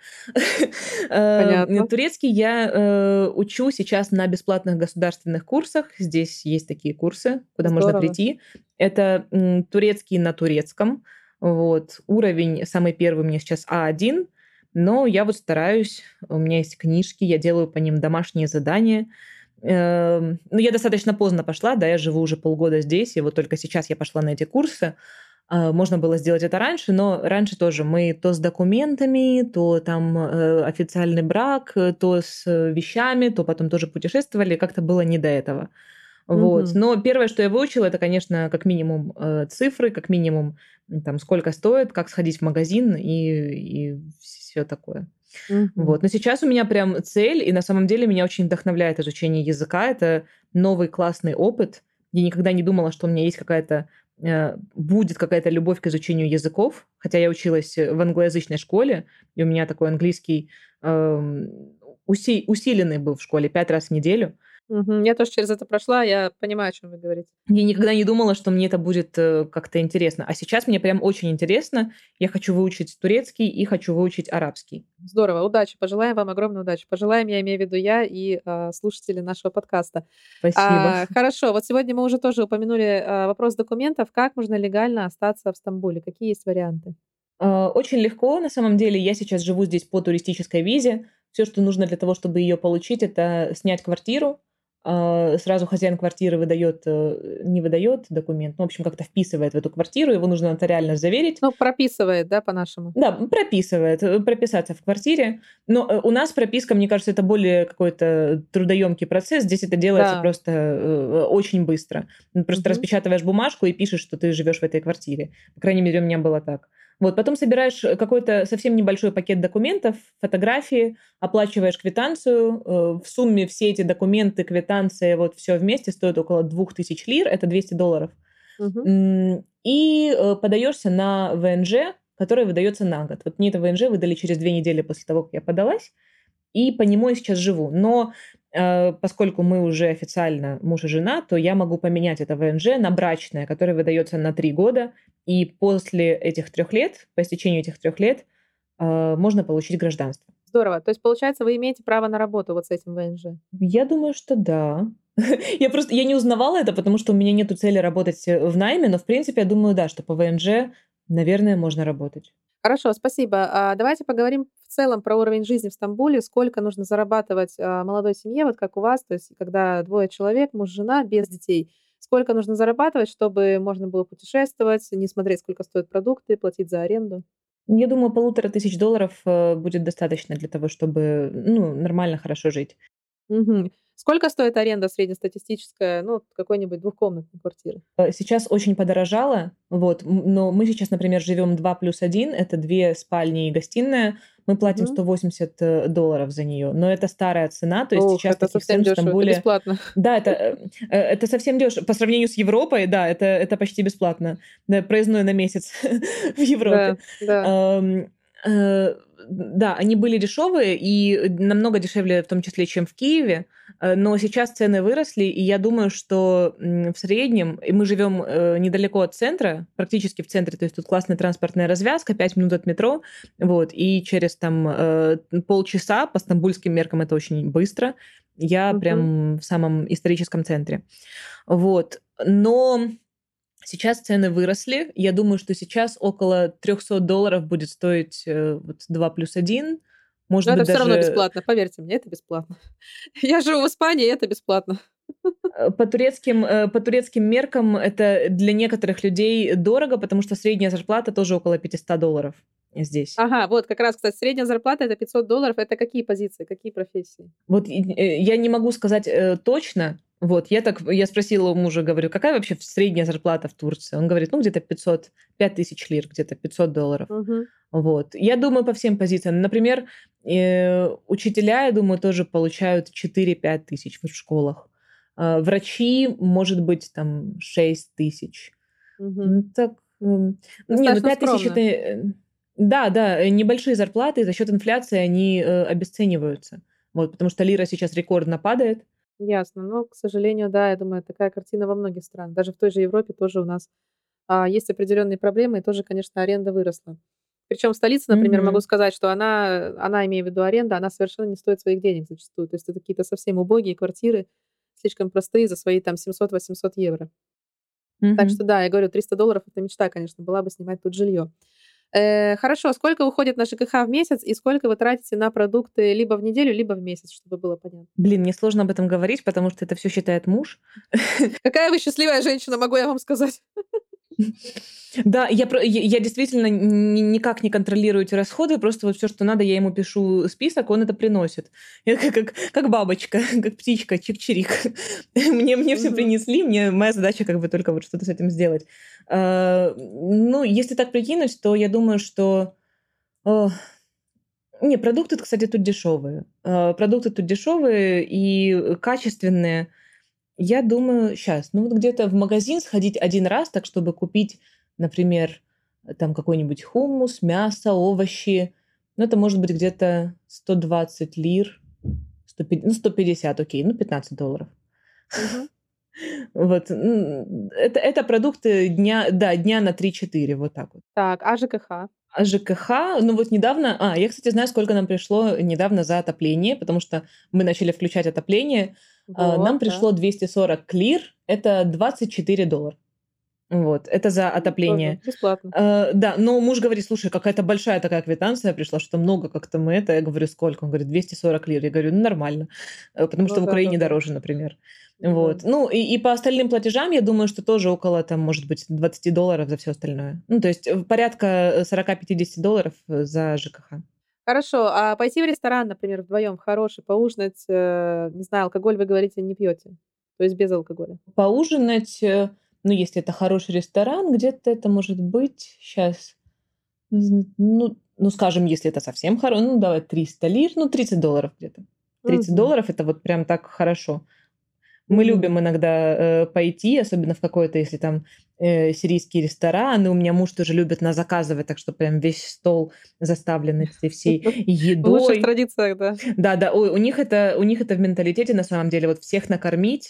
S1: Понятно.
S2: Турецкий я учу сейчас на бесплатных государственных курсах. Здесь есть такие курсы, куда можно
S1: Здорово.
S2: прийти. Это турецкий на турецком. Вот. Уровень самый первый у меня сейчас А1, но я вот стараюсь, у меня есть книжки, я делаю по ним домашние задания. Ну, я достаточно поздно пошла, да, я живу уже полгода здесь, и вот только сейчас я пошла на эти курсы. Можно было сделать это раньше, но раньше тоже мы то с документами, то там официальный брак, то с вещами, то потом тоже путешествовали, как-то было не до этого. Вот.
S1: Мгм.
S2: Но первое, что я выучила, это, конечно, как минимум цифры, как минимум там сколько стоит, как сходить в магазин и все такое.
S1: Мгм.
S2: Вот. Но сейчас у меня прям цель, и на самом деле меня очень вдохновляет изучение языка. Это новый классный опыт. Я никогда не думала, что у меня есть будет какая-то любовь к изучению языков, хотя я училась в англоязычной школе, и у меня такой английский эм, усиленный был в школе 5 раз в неделю.
S1: Мгм. Я тоже через это прошла, я понимаю, о чем вы говорите.
S2: Я никогда не думала, что мне это будет как-то интересно. А сейчас мне прям очень интересно. Я хочу выучить турецкий и хочу выучить арабский.
S1: Здорово, удачи. Пожелаем вам огромной удачи. Пожелаем, я имею в виду я и, слушатели нашего подкаста.
S2: Спасибо.
S1: Хорошо, вот сегодня мы уже тоже упомянули, вопрос документов. Как можно легально остаться в Стамбуле? Какие есть варианты?
S2: Очень легко, на самом деле. Я сейчас живу здесь по туристической визе. Все, что нужно для того, чтобы ее получить, это снять квартиру. Сразу хозяин квартиры не выдает документ, ну, в общем, как-то вписывает в эту квартиру, его нужно нотариально заверить.
S1: Ну, прописывает, да, по-нашему?
S2: Да, прописывает, прописаться в квартире. Но у нас прописка, мне кажется, это более какой-то трудоемкий процесс. Здесь это делается
S1: Да.
S2: просто очень быстро. Просто
S1: Мгм.
S2: распечатываешь бумажку и пишешь, что ты живешь в этой квартире. По крайней мере, у меня было так. Вот, потом собираешь какой-то совсем небольшой пакет документов, фотографии, оплачиваешь квитанцию. В сумме все эти документы, квитанция, вот все вместе стоит около 2000 лир, это $200.
S1: Мгм.
S2: И подаешься на ВНЖ, который выдается на год. Вот мне это ВНЖ выдали через 2 недели после того, как я подалась, и по нему я сейчас живу. Но поскольку мы уже официально муж и жена, то я могу поменять это ВНЖ на брачное, которое выдается на 3 года, и после этих 3 лет, по истечению этих 3 лет, можно получить гражданство.
S1: Здорово. То есть, получается, вы имеете право на работу вот с этим ВНЖ?
S2: Я думаю, что да. Я не узнавала это, потому что у меня нету цели работать, в найме, но, в принципе, я думаю, да, что по ВНЖ, наверное, можно работать.
S1: Хорошо, спасибо. Давайте поговорим в целом про уровень жизни в Стамбуле. Сколько нужно зарабатывать, молодой семье, вот как у вас, то есть когда двое человек, муж, жена, без детей. Сколько нужно зарабатывать, чтобы можно было путешествовать, не смотреть, сколько стоят продукты, платить за аренду?
S2: Я думаю, $1500, будет достаточно для того, чтобы, ну, нормально, хорошо жить.
S1: Мгм. Сколько стоит аренда среднестатистическая, ну, вот какой-нибудь двухкомнатной квартиры?
S2: Сейчас очень подорожало, вот, но мы сейчас, например, живем 2+1, это 2 спальни и гостиная. Мы платим
S1: Мгм.
S2: $180 за нее, но это старая цена, то есть
S1: Ох,
S2: сейчас
S1: это
S2: таких цен
S1: совсем
S2: в
S1: дешево, это
S2: Стамбуле.
S1: бесплатно.
S2: Да, это совсем дешево. По сравнению с Европой, да, это почти бесплатно. Да, проездной на месяц в Европе.
S1: Да, да.
S2: Ам, да, они были дешевые и намного дешевле, в том числе, чем в Киеве. Но сейчас цены выросли, и я думаю, что, в среднем и мы живем, недалеко от центра, практически в центре, то есть тут классная транспортная развязка, 5 минут от метро, вот, и через там, полчаса, по стамбульским меркам это очень быстро, я
S1: Мгм.
S2: прям в самом историческом центре. Вот, но сейчас цены выросли. Я думаю, что сейчас около $300 будет стоить, вот 2+1,
S1: Но
S2: может
S1: это
S2: быть,
S1: все равно
S2: даже.
S1: бесплатно, поверьте мне, это бесплатно. Я живу в Испании, и это бесплатно.
S2: По турецким меркам это для некоторых людей дорого, потому что средняя зарплата тоже около $500 здесь.
S1: Ага, вот как раз, кстати, средняя зарплата — это $500. Это какие позиции, какие профессии?
S2: Вот я не могу сказать, точно. Вот я спросила у мужа, говорю: "Какая вообще средняя зарплата в Турции?" Он говорит: "Ну, где-то 5 тысяч лир, где-то $500".
S1: Мгм.
S2: Вот. Я думаю, по всем позициям. Например, учителя, я думаю, тоже получают 4-5 тысяч в школах. Врачи, может быть, там 6 тысяч.
S1: Мгм.
S2: Ну, так, не, ну
S1: Достаточно
S2: 5 тысяч это,
S1: скромно.
S2: да, да, небольшие зарплаты, за счет инфляции они, обесцениваются. Вот, потому что лира сейчас рекордно падает.
S1: Ясно. Но, к сожалению, да, я думаю, такая картина во многих странах. Даже в той же Европе тоже у нас, есть определенные проблемы, и тоже, конечно, аренда выросла. Причем в столице, например, могу
S2: Мгм.
S1: сказать, что она, имею в виду аренда, она совершенно не стоит своих денег зачастую. То есть это какие-то совсем убогие квартиры, слишком простые за свои там 700-800 евро. Так
S2: Мгм.
S1: что да, я говорю, $300 — это мечта, конечно, была бы снимать тут жилье. Хорошо, сколько уходит на ЖКХ в месяц и сколько вы тратите на продукты либо в неделю, либо в месяц, чтобы было понятно?
S2: Блин, мне сложно об этом говорить, потому что это все считает муж.
S1: Какая вы счастливая женщина, могу я вам сказать.
S2: Да, я действительно никак не контролирую эти расходы, просто вот все, что надо, я ему пишу список, он это приносит. Я как бабочка, как птичка, чик-чирик. Мне все
S1: Мгм.
S2: принесли, моя задача как бы только вот что-то с этим сделать. Ну, если так прикинуть, то я думаю, что, э, не, продукты, кстати, тут дешевые. Продукты тут дешевые и качественные. Я думаю, сейчас, ну, вот где-то в магазин сходить один раз, так чтобы купить, например, там какой-нибудь хумус, мясо, овощи. Ну, это может быть где-то 120 лир, 150, окей, ну, $15.
S1: Мгм.
S2: Вот, это продукты дня, да, дня на 3-4, вот так вот.
S1: Так, а ЖКХ?
S2: А ЖКХ, ну вот недавно, я, кстати, знаю, сколько нам пришло недавно за отопление, потому что мы начали включать отопление.
S1: Вот,
S2: Нам
S1: да,
S2: пришло 240 лир, это $24. Вот, это за
S1: тоже
S2: отопление.
S1: бесплатно.
S2: Да, но муж говорит: "Слушай, какая-то большая такая квитанция пришла, что много как-то мы это". Я говорю: "Сколько?" Он говорит: 240 лир". Я говорю: "Ну, нормально". Потому
S1: Ну
S2: что в Украине
S1: да-да-да.
S2: дороже, например.
S1: Да.
S2: Вот. Ну, и по остальным платежам, я думаю, что тоже около, там, может быть, $20 за все остальное. Ну, то есть, порядка, 40-50 долларов, за ЖКХ.
S1: Хорошо, а пойти в ресторан, например, вдвоем хороший, поужинать, не знаю, алкоголь, вы говорите, не пьете, то есть без алкоголя?
S2: Поужинать, ну, если это хороший ресторан, где-то это может быть сейчас. Ну, скажем, если это совсем ну, давай 300 лир, ну, $30 где-то. тридцать
S1: Мгм.
S2: долларов это вот прям так хорошо. Мы
S1: Мгм.
S2: любим иногда, пойти, особенно в какой-то, если там, сирийский ресторан, и у меня муж тоже любит нас заказывать, так что прям весь стол заставлен этой всей
S1: В лучших
S2: едой.
S1: традициях, да.
S2: Да-да, ой, у них это в менталитете, на самом деле, вот всех накормить,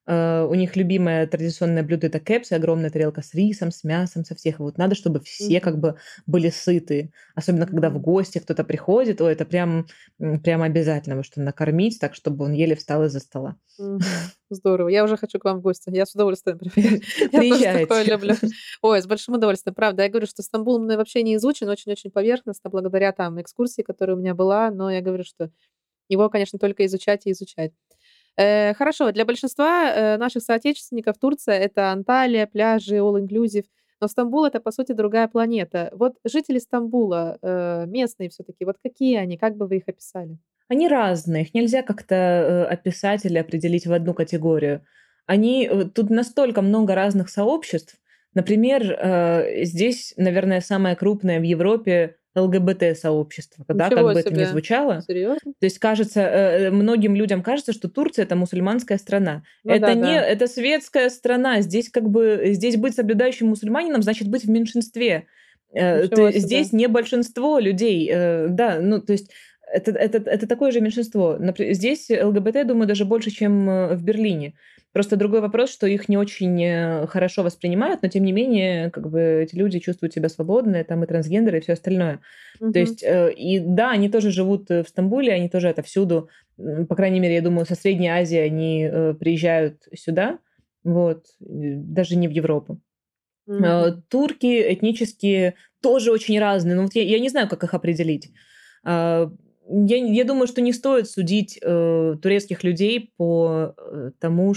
S2: У них любимое традиционное блюдо — это кепсы, огромная тарелка с рисом, с мясом, со всех. Вот надо, чтобы все как
S1: Мгм.
S2: бы были сыты. Особенно когда в
S1: Мгм.
S2: гости кто-то приходит, это прям обязательно, потому что накормить так, чтобы он еле встал из-за стола.
S1: Мгм. Здорово. Я уже хочу к вам в гости. Я с удовольствием приеду. Я тоже такое
S2: Приезжайте.
S1: люблю. Ой, с большим удовольствием. Правда, я говорю, что Стамбул мной вообще не изучен, очень-очень поверхностно, благодаря там экскурсии, которая у меня была, но я говорю, что его, конечно, только изучать и изучать. Хорошо, для большинства, наших соотечественников Турция — это Анталия, пляжи, all inclusive, но Стамбул — это, по сути, другая планета. Вот жители Стамбула, местные все таки вот какие они? Как бы вы их описали?
S2: Они разные, их нельзя как-то, описать или определить в одну категорию. Тут настолько много разных сообществ. Например, здесь, наверное, самое крупное в Европе ЛГБТ-сообщество, да, как
S1: Ничего
S2: бы это ни
S1: себе!
S2: звучало.
S1: Серьезно?
S2: То есть кажется, многим людям кажется, что Турция — это мусульманская страна.
S1: Ну да-да.
S2: Это светская страна. Здесь быть соблюдающим мусульманином значит быть в меньшинстве.
S1: Ничего себе.
S2: Здесь не большинство людей. Да, ну, то есть это такое же меньшинство. Здесь ЛГБТ, думаю, даже больше, чем в Берлине. Просто другой вопрос, что их не очень хорошо воспринимают, но тем не менее, как бы эти люди чувствуют себя свободно, там и трансгендеры, и все остальное. То
S1: Мгм.
S2: есть, и да, они тоже живут в Стамбуле, они тоже отовсюду, по крайней мере, я думаю, со Средней Азии они приезжают сюда, вот, даже не в Европу.
S1: Мгм.
S2: Турки этнические тоже очень разные. Ну, вот я не знаю, как их определить. А, я думаю, что не стоит судить турецких людей по тому,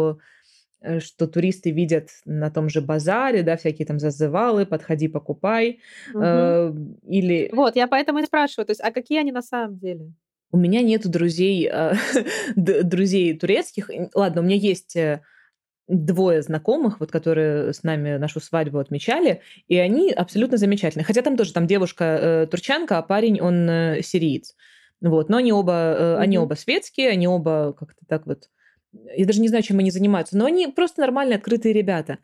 S2: что туристы видят на том же базаре, да, всякие там зазывалы, подходи, покупай.
S1: Мгм.
S2: Э, Или
S1: Вот, я поэтому и спрашиваю, то есть, а какие они на самом деле?
S2: у меня нету друзей, друзей турецких. Ладно, у меня есть двое знакомых, вот которые с нами нашу свадьбу отмечали, и они абсолютно замечательные. Хотя там тоже там девушка турчанка, а парень он сириец. Вот, но они
S1: Мгм.
S2: оба светские, они оба как-то так вот. Я даже не знаю, чем они занимаются, но они просто нормальные, открытые ребята.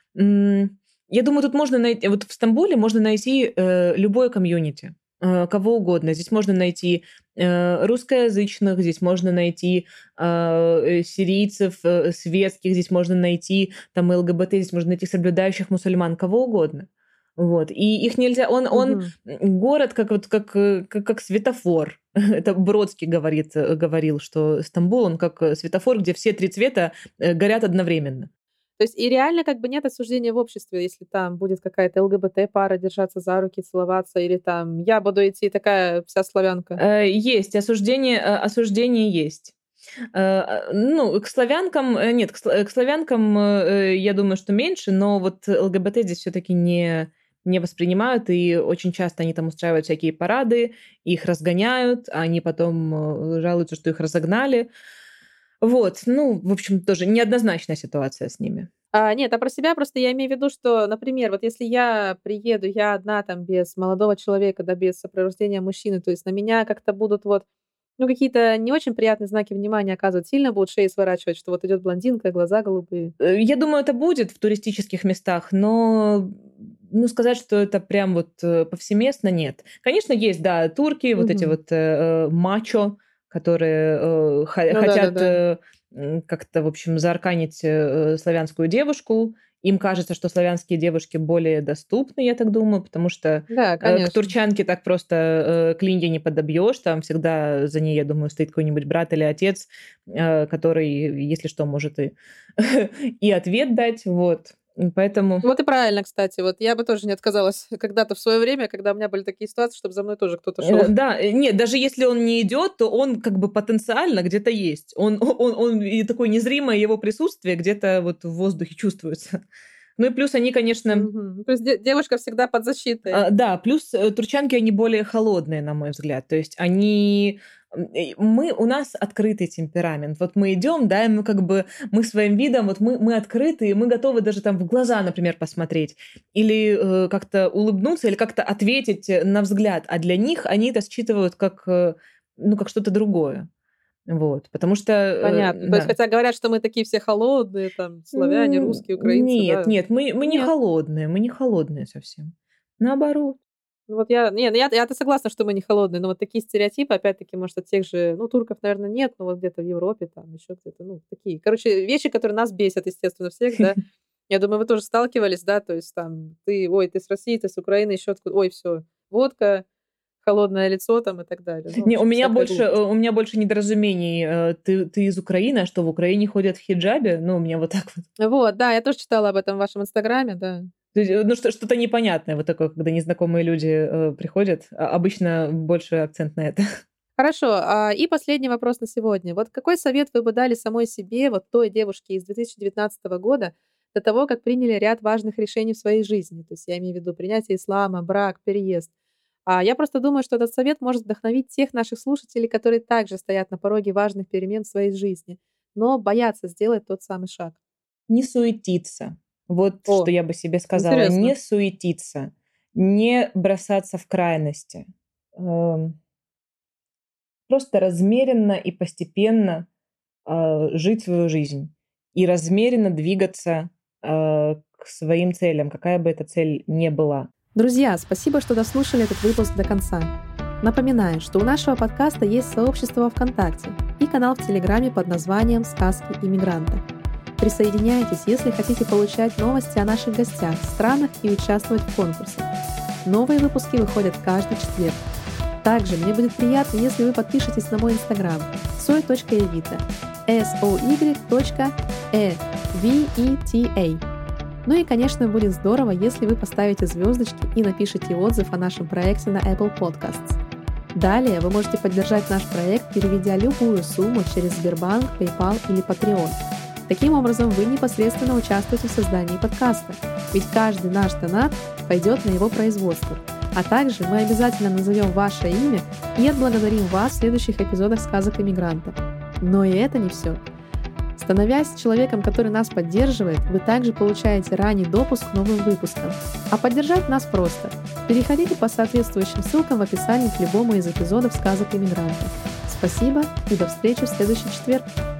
S2: Я думаю, тут можно найти, вот в Стамбуле можно найти любое комьюнити, кого угодно. Здесь можно найти русскоязычных, здесь можно найти сирийцев, светских, здесь можно найти там ЛГБТ, здесь можно найти соблюдающих мусульман, кого угодно. Вот. И их нельзя.
S1: Мгм.
S2: Город как светофор. Это Бродский говорил, что Стамбул, он как светофор, где все три цвета горят одновременно.
S1: То есть и реально как бы нет осуждения в обществе, если там будет какая-то ЛГБТ-пара держаться за руки, целоваться, или там я буду идти такая вся славянка.
S2: Есть осуждение есть. Ну, к славянкам, нет, к славянкам, я думаю, что меньше, но вот ЛГБТ здесь все таки не воспринимают, и очень часто они там устраивают всякие парады, их разгоняют, а они потом, жалуются, что их разогнали. Вот, ну, в общем, тоже неоднозначная ситуация с ними.
S1: Нет, про себя просто я имею в виду, что, например, вот если я приеду, я одна там без молодого человека, да, без сопровождения мужчины, то есть на меня как-то будут вот, ну, какие-то не очень приятные знаки внимания оказывать, сильно будут шеи сворачивать, что вот идет блондинка, глаза голубые.
S2: Я думаю, это будет в туристических местах, но, ну, сказать, что это прям вот, повсеместно — нет. Конечно, есть, да, турки, вот эти
S1: Мгм.
S2: вот, мачо, которые,
S1: Ну
S2: хотят,
S1: да-да-да.
S2: как-то, в общем, заарканить, славянскую девушку. Им кажется, что славянские девушки более доступны, я так думаю, потому что,
S1: Да,
S2: к
S1: конечно.
S2: турчанке так просто, клинья не подобьешь. Там всегда за ней, я думаю, стоит какой-нибудь брат или отец, который, если что, может и и ответ дать, вот. Поэтому,
S1: Вот и правильно, кстати. Вот я бы тоже не отказалась когда-то в свое время, когда у меня были такие ситуации, чтобы за мной тоже кто-то шел.
S2: да, нет, даже если он не идет, то он как бы потенциально где-то есть. Он и такое незримое его присутствие где-то вот в воздухе чувствуется. Ну и плюс они, конечно,
S1: Мгм. То есть девушка всегда под защитой.
S2: да, плюс, турчанки, они более холодные, на мой взгляд. То есть у нас открытый темперамент. Вот мы идем, да, и мы как бы, мы своим видом, вот мы открыты, и мы готовы даже там в глаза, например, посмотреть или, как-то улыбнуться, или как-то ответить, на взгляд. А для них они это считывают как, ну, как что-то другое. Вот, потому что,
S1: Понятно. То есть,
S2: да.
S1: хотя говорят, что мы такие все холодные, там, славяне, русские, украинцы,
S2: Нет,
S1: да.
S2: нет, мы не
S1: Нет.
S2: холодные, мы не холодные совсем. Наоборот.
S1: Ну вот я-то согласна, что мы не холодные, но вот такие стереотипы, опять-таки, может, от тех же, ну, турков, наверное, нет, но вот где-то в Европе, там еще где-то, ну, такие. Короче, вещи, которые нас бесят, естественно, всех, да. Я думаю, вы тоже сталкивались, да, то есть там ты с России, ты с Украины, еще откуда, ой, все, водка, холодное лицо там и так далее. Ну, в
S2: Не,
S1: общем, всякая глупость.
S2: у меня больше недоразумений. Ты из Украины, а что, в Украине ходят в хиджабе? Ну, у меня вот так вот.
S1: Вот, да, я тоже читала об этом в вашем инстаграме, да.
S2: То есть, ну, что-то непонятное вот такое, когда незнакомые люди приходят. Обычно больше акцент на это.
S1: Хорошо, и последний вопрос на сегодня. Вот какой совет вы бы дали самой себе, вот той девушке из 2019 года, до того, как приняли ряд важных решений в своей жизни? То есть я имею в виду принятие ислама, брак, переезд. Я просто думаю, что этот совет может вдохновить тех наших слушателей, которые также стоят на пороге важных перемен в своей жизни, но боятся сделать тот самый шаг.
S2: Не суетиться. Вот что
S1: О,
S2: я бы себе сказала.
S1: интересно.
S2: Не суетиться, не бросаться в крайности. Эм, Просто размеренно и постепенно жить свою жизнь и размеренно двигаться к своим целям, какая бы эта цель ни была.
S1: Друзья, спасибо, что дослушали этот выпуск до конца. Напоминаю, что у нашего подкаста есть сообщество во ВКонтакте и канал в Телеграме под названием «Сказки иммигранта». Присоединяйтесь, если хотите получать новости о наших гостях, странах и участвовать в конкурсах. Новые выпуски выходят каждый четверг. Также мне будет приятно, если вы подпишетесь на мой инстаграм soy.evita soy.evita. Ну и, конечно, будет здорово, если вы поставите звездочки и напишите отзыв о нашем проекте на Apple Podcasts. Далее вы можете поддержать наш проект, переведя любую сумму через Сбербанк, PayPal или Patreon. Таким образом, вы непосредственно участвуете в создании подкаста, ведь каждый наш донат пойдет на его производство. А также мы обязательно назовем ваше имя и отблагодарим вас в следующих эпизодах «Сказок иммигранта». Но и это не все. Становясь человеком, который нас поддерживает, вы также получаете ранний допуск к новым выпускам. А поддержать нас просто. Переходите по соответствующим ссылкам в описании к любому из эпизодов «Сказок иммигранта». Спасибо и до встречи в следующий четверг.